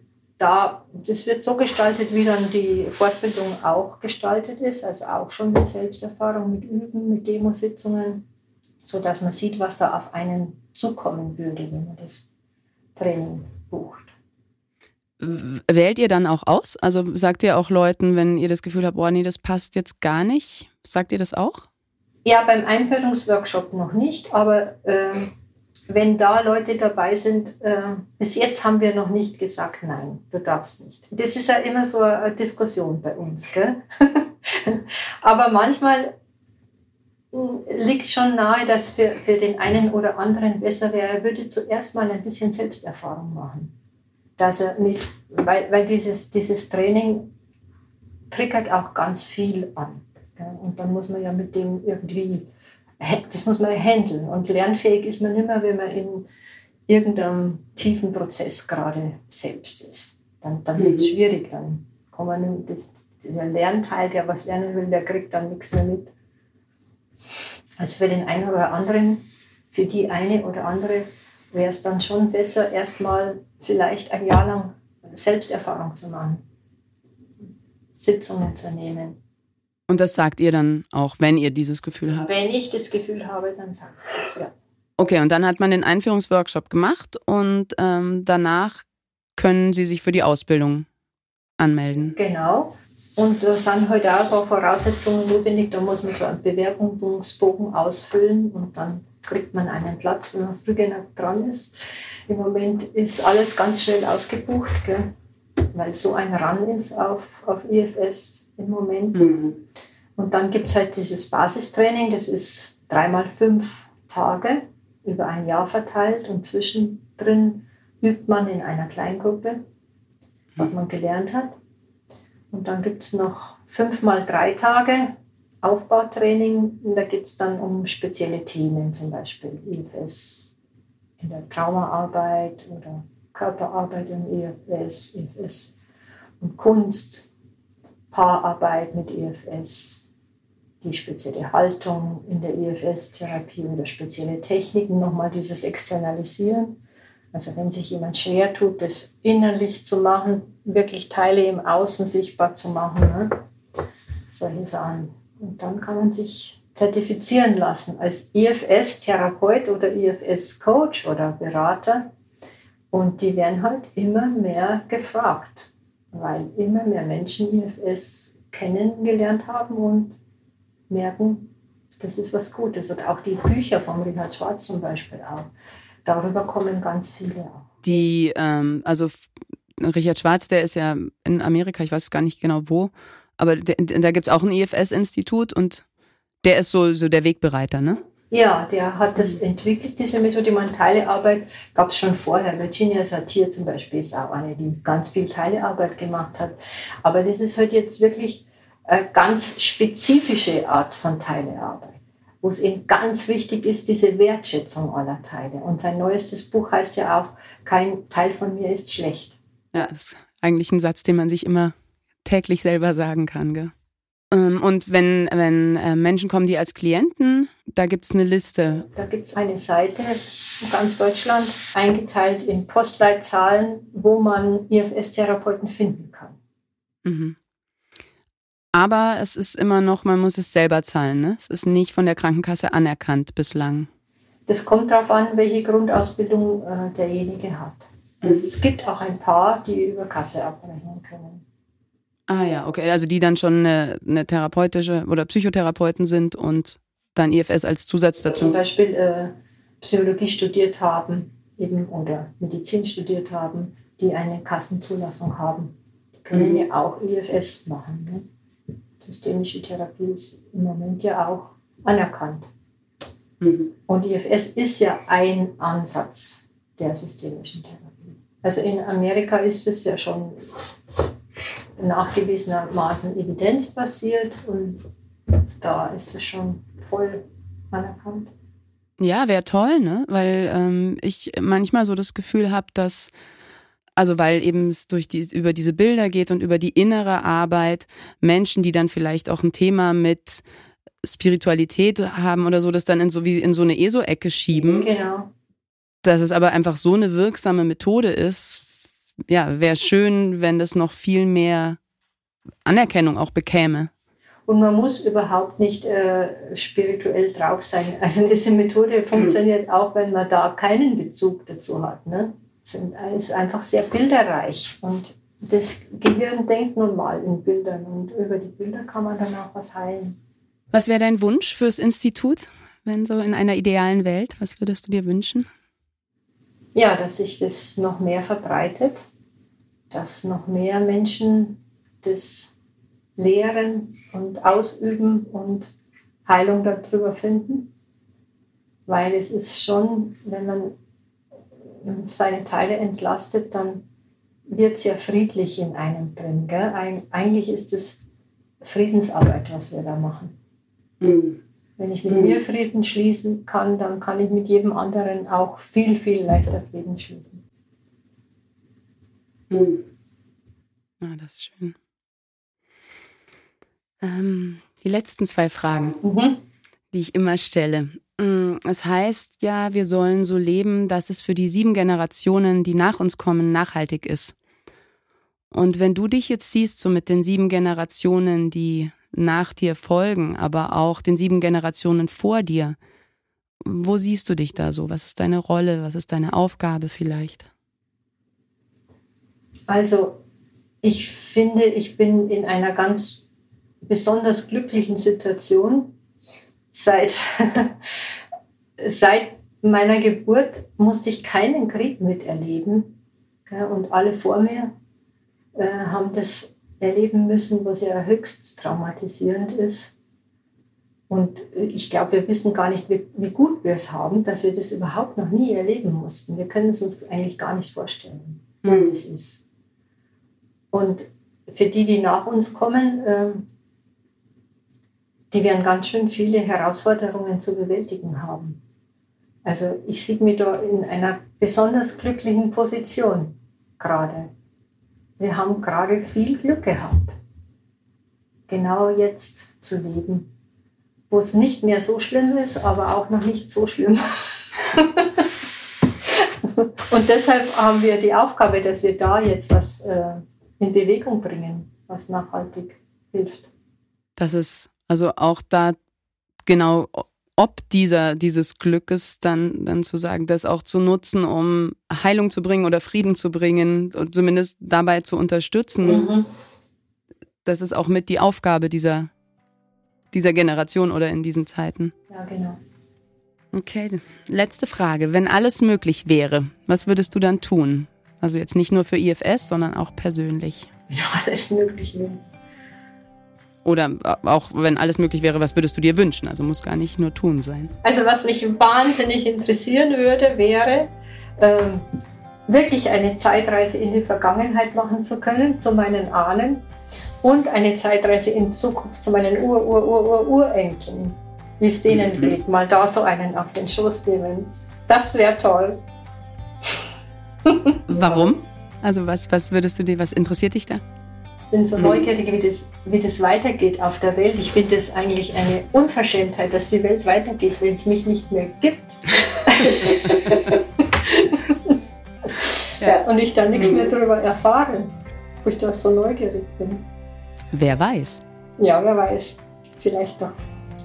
das wird so gestaltet, wie dann die Fortbildung auch gestaltet ist, also auch schon mit Selbsterfahrung, mit Üben, mit Demositzungen, sodass man sieht, was da auf einen zukommen würde, wenn man das Training bucht. Wählt ihr dann auch aus? Also sagt ihr auch Leuten, wenn ihr das Gefühl habt, oh nee, das passt jetzt gar nicht, sagt ihr das auch? Ja, beim Einführungsworkshop noch nicht, aber wenn da Leute dabei sind, bis jetzt haben wir noch nicht gesagt, nein, du darfst nicht. Das ist ja immer so eine Diskussion bei uns, gell? Aber manchmal liegt schon nahe, dass für den einen oder anderen besser wäre, er würde zuerst mal ein bisschen Selbsterfahrung machen. Dass er nicht, weil dieses Training triggert auch ganz viel an. Gell? Und dann muss man ja mit dem irgendwie, das muss man handeln. Und lernfähig ist man immer, wenn man in irgendeinem tiefen Prozess gerade selbst ist. Dann wird es schwierig. Dann kann man nur der Lernteil, der was lernen will, der kriegt dann nichts mehr mit. Also für den einen oder anderen, für die eine oder andere, wäre es dann schon besser, erstmal vielleicht ein Jahr lang Selbsterfahrung zu machen, Sitzungen zu nehmen. Und das sagt ihr dann auch, wenn ihr dieses Gefühl habt? Wenn ich das Gefühl habe, dann sage ich das, ja. Okay, und dann hat man den Einführungsworkshop gemacht und danach können Sie sich für die Ausbildung anmelden. Genau. Und da sind halt auch ein paar Voraussetzungen notwendig. Da muss man so einen Bewerbungsbogen ausfüllen und dann kriegt man einen Platz, wenn man früh genug dran ist. Im Moment ist alles ganz schnell ausgebucht, gell? Weil so ein Run ist auf IFS im Moment. Und dann gibt es halt dieses Basistraining, das ist 3x5 Tage über ein Jahr verteilt und zwischendrin übt man in einer Kleingruppe, was man gelernt hat. Und dann gibt es noch 5x3 Tage Aufbautraining. Und da geht es dann um spezielle Themen, zum Beispiel IFS in der Traumaarbeit oder Körperarbeit im IFS und Kunst, Paararbeit mit IFS, die spezielle Haltung in der IFS-Therapie oder spezielle Techniken, nochmal dieses Externalisieren. Also wenn sich jemand schwer tut, das innerlich zu machen, wirklich Teile im Außen sichtbar zu machen, ne? Solche Sachen. Und dann kann man sich zertifizieren lassen als IFS-Therapeut oder IFS-Coach oder Berater. Und die werden halt immer mehr gefragt, weil immer mehr Menschen IFS kennengelernt haben und merken, das ist was Gutes. Und auch die Bücher von Richard Schwarz zum Beispiel auch. Darüber kommen ganz viele auch. Also Richard Schwarz, der ist ja in Amerika, ich weiß gar nicht genau wo, aber da gibt es auch ein IFS-Institut und der ist so der Wegbereiter, ne? Ja, der hat das entwickelt, diese Methode. Die Teilearbeit gab es schon vorher. Virginia Satir zum Beispiel ist auch eine, die ganz viel Teilearbeit gemacht hat. Aber das ist halt jetzt wirklich eine ganz spezifische Art von Teilearbeit, wo es eben ganz wichtig ist, diese Wertschätzung aller Teile. Und sein neuestes Buch heißt ja auch, kein Teil von mir ist schlecht. Ja, das ist eigentlich ein Satz, den man sich immer täglich selber sagen kann, gell? Und wenn Menschen kommen, die als Klienten, da gibt es eine Liste. Da gibt es eine Seite in ganz Deutschland, eingeteilt in Postleitzahlen, wo man IFS-Therapeuten finden kann. Mhm. Aber es ist immer noch, man muss es selber zahlen, ne? Es ist nicht von der Krankenkasse anerkannt bislang. Das kommt darauf an, welche Grundausbildung derjenige hat. Also es gibt auch ein paar, die über Kasse abrechnen können. Ah ja, okay, also die dann schon eine therapeutische oder Psychotherapeuten sind und dann IFS als Zusatz dazu. Zum Beispiel Psychologie studiert haben eben, oder Medizin studiert haben, die eine Kassenzulassung haben. Die können ja auch IFS machen. Ne? Systemische Therapie ist im Moment ja auch anerkannt. Und IFS ist ja ein Ansatz der systemischen Therapie. Also in Amerika ist es ja schon nachgewiesenermaßen evidenzbasiert und da ist es schon voll anerkannt. Ja, wäre toll, ne? Weil ich manchmal so das Gefühl habe, dass, also weil eben es über diese Bilder geht und über die innere Arbeit, Menschen, die dann vielleicht auch ein Thema mit Spiritualität haben oder so, das dann in so eine ESO-Ecke schieben. Genau. Dass es aber einfach so eine wirksame Methode ist. Ja, wäre schön, wenn das noch viel mehr Anerkennung auch bekäme. Und man muss überhaupt nicht spirituell drauf sein. Also diese Methode funktioniert auch, wenn man da keinen Bezug dazu hat. Ne? Es ist einfach sehr bilderreich. Und das Gehirn denkt nun mal in Bildern. Und über die Bilder kann man dann auch was heilen. Was wäre dein Wunsch fürs Institut, wenn so in einer idealen Welt? Was würdest du dir wünschen? Ja, dass sich das noch mehr verbreitet, dass noch mehr Menschen das lehren und ausüben und Heilung darüber finden. Weil es ist schon, wenn man seine Teile entlastet, dann wird es ja friedlich in einem drin. Gell? Eigentlich ist es Friedensarbeit, was wir da machen. Mhm. Wenn ich mit mir Frieden schließen kann, dann kann ich mit jedem anderen auch viel, viel leichter Frieden schließen. Ah, das ist schön. Die letzten 2 Fragen, die ich immer stelle. Es heißt ja, wir sollen so leben, dass es für die 7 Generationen, die nach uns kommen, nachhaltig ist. Und wenn du dich jetzt siehst, so mit den 7 Generationen, die nach dir folgen, aber auch den 7 Generationen vor dir, wo siehst du dich da so? Was ist deine Rolle? Was ist deine Aufgabe vielleicht? Also, ich finde, ich bin in einer ganz besonders glücklichen Situation. Seit meiner Geburt musste ich keinen Krieg miterleben. Und alle vor mir haben das erleben müssen, was ja höchst traumatisierend ist. Und ich glaube, wir wissen gar nicht, wie gut wir es haben, dass wir das überhaupt noch nie erleben mussten. Wir können es uns eigentlich gar nicht vorstellen, wie es ist. Und für die nach uns kommen, die werden ganz schön viele Herausforderungen zu bewältigen haben. Also ich sehe mich da in einer besonders glücklichen Position gerade. Wir haben gerade viel Glück gehabt, genau jetzt zu leben, wo es nicht mehr so schlimm ist, aber auch noch nicht so schlimm. Und deshalb haben wir die Aufgabe, dass wir da jetzt was in Bewegung bringen, was nachhaltig hilft. Das ist also auch da genau ob dieses Glückes dann zu sagen, das auch zu nutzen, um Heilung zu bringen oder Frieden zu bringen und zumindest dabei zu unterstützen. Das ist auch mit die Aufgabe dieser Generation oder in diesen Zeiten. Ja, genau. Okay, letzte Frage. Wenn alles möglich wäre, was würdest du dann tun? Also jetzt nicht nur für IFS, sondern auch persönlich. Ja, alles möglich wäre. Oder auch, wenn alles möglich wäre, was würdest du dir wünschen? Also muss gar nicht nur tun sein. Also was mich wahnsinnig interessieren würde, wäre, wirklich eine Zeitreise in die Vergangenheit machen zu können, zu meinen Ahnen. Und eine Zeitreise in Zukunft zu meinen Urenkeln. Wie es denen geht, mal da so einen auf den Schoß nehmen. Das wäre toll. Warum? Also was interessiert dich da? Ich bin so neugierig, wie das weitergeht auf der Welt. Ich finde es eigentlich eine Unverschämtheit, dass die Welt weitergeht, wenn es mich nicht mehr gibt. Ja, und ich da nichts mehr darüber erfahre, wo ich da so neugierig bin. Wer weiß? Ja, wer weiß. Vielleicht doch.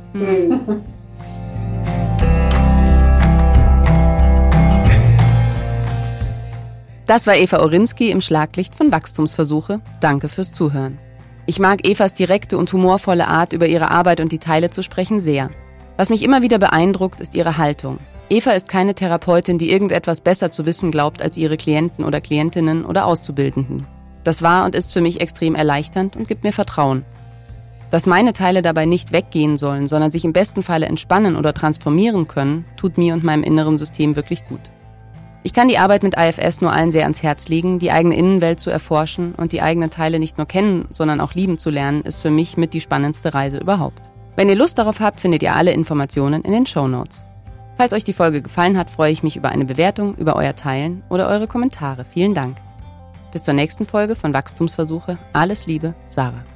Das war Eva Orynski im Schlaglicht von Wachstumsversuche. Danke fürs Zuhören. Ich mag Evas direkte und humorvolle Art, über ihre Arbeit und die Teile zu sprechen, sehr. Was mich immer wieder beeindruckt, ist ihre Haltung. Eva ist keine Therapeutin, die irgendetwas besser zu wissen glaubt als ihre Klienten oder Klientinnen oder Auszubildenden. Das war und ist für mich extrem erleichternd und gibt mir Vertrauen. Dass meine Teile dabei nicht weggehen sollen, sondern sich im besten Falle entspannen oder transformieren können, tut mir und meinem inneren System wirklich gut. Ich kann die Arbeit mit IFS nur allen sehr ans Herz legen, die eigene Innenwelt zu erforschen und die eigenen Teile nicht nur kennen, sondern auch lieben zu lernen, ist für mich mit die spannendste Reise überhaupt. Wenn ihr Lust darauf habt, findet ihr alle Informationen in den Shownotes. Falls euch die Folge gefallen hat, freue ich mich über eine Bewertung, über euer Teilen oder eure Kommentare. Vielen Dank. Bis zur nächsten Folge von Wachstumsversuche. Alles Liebe, Sarah.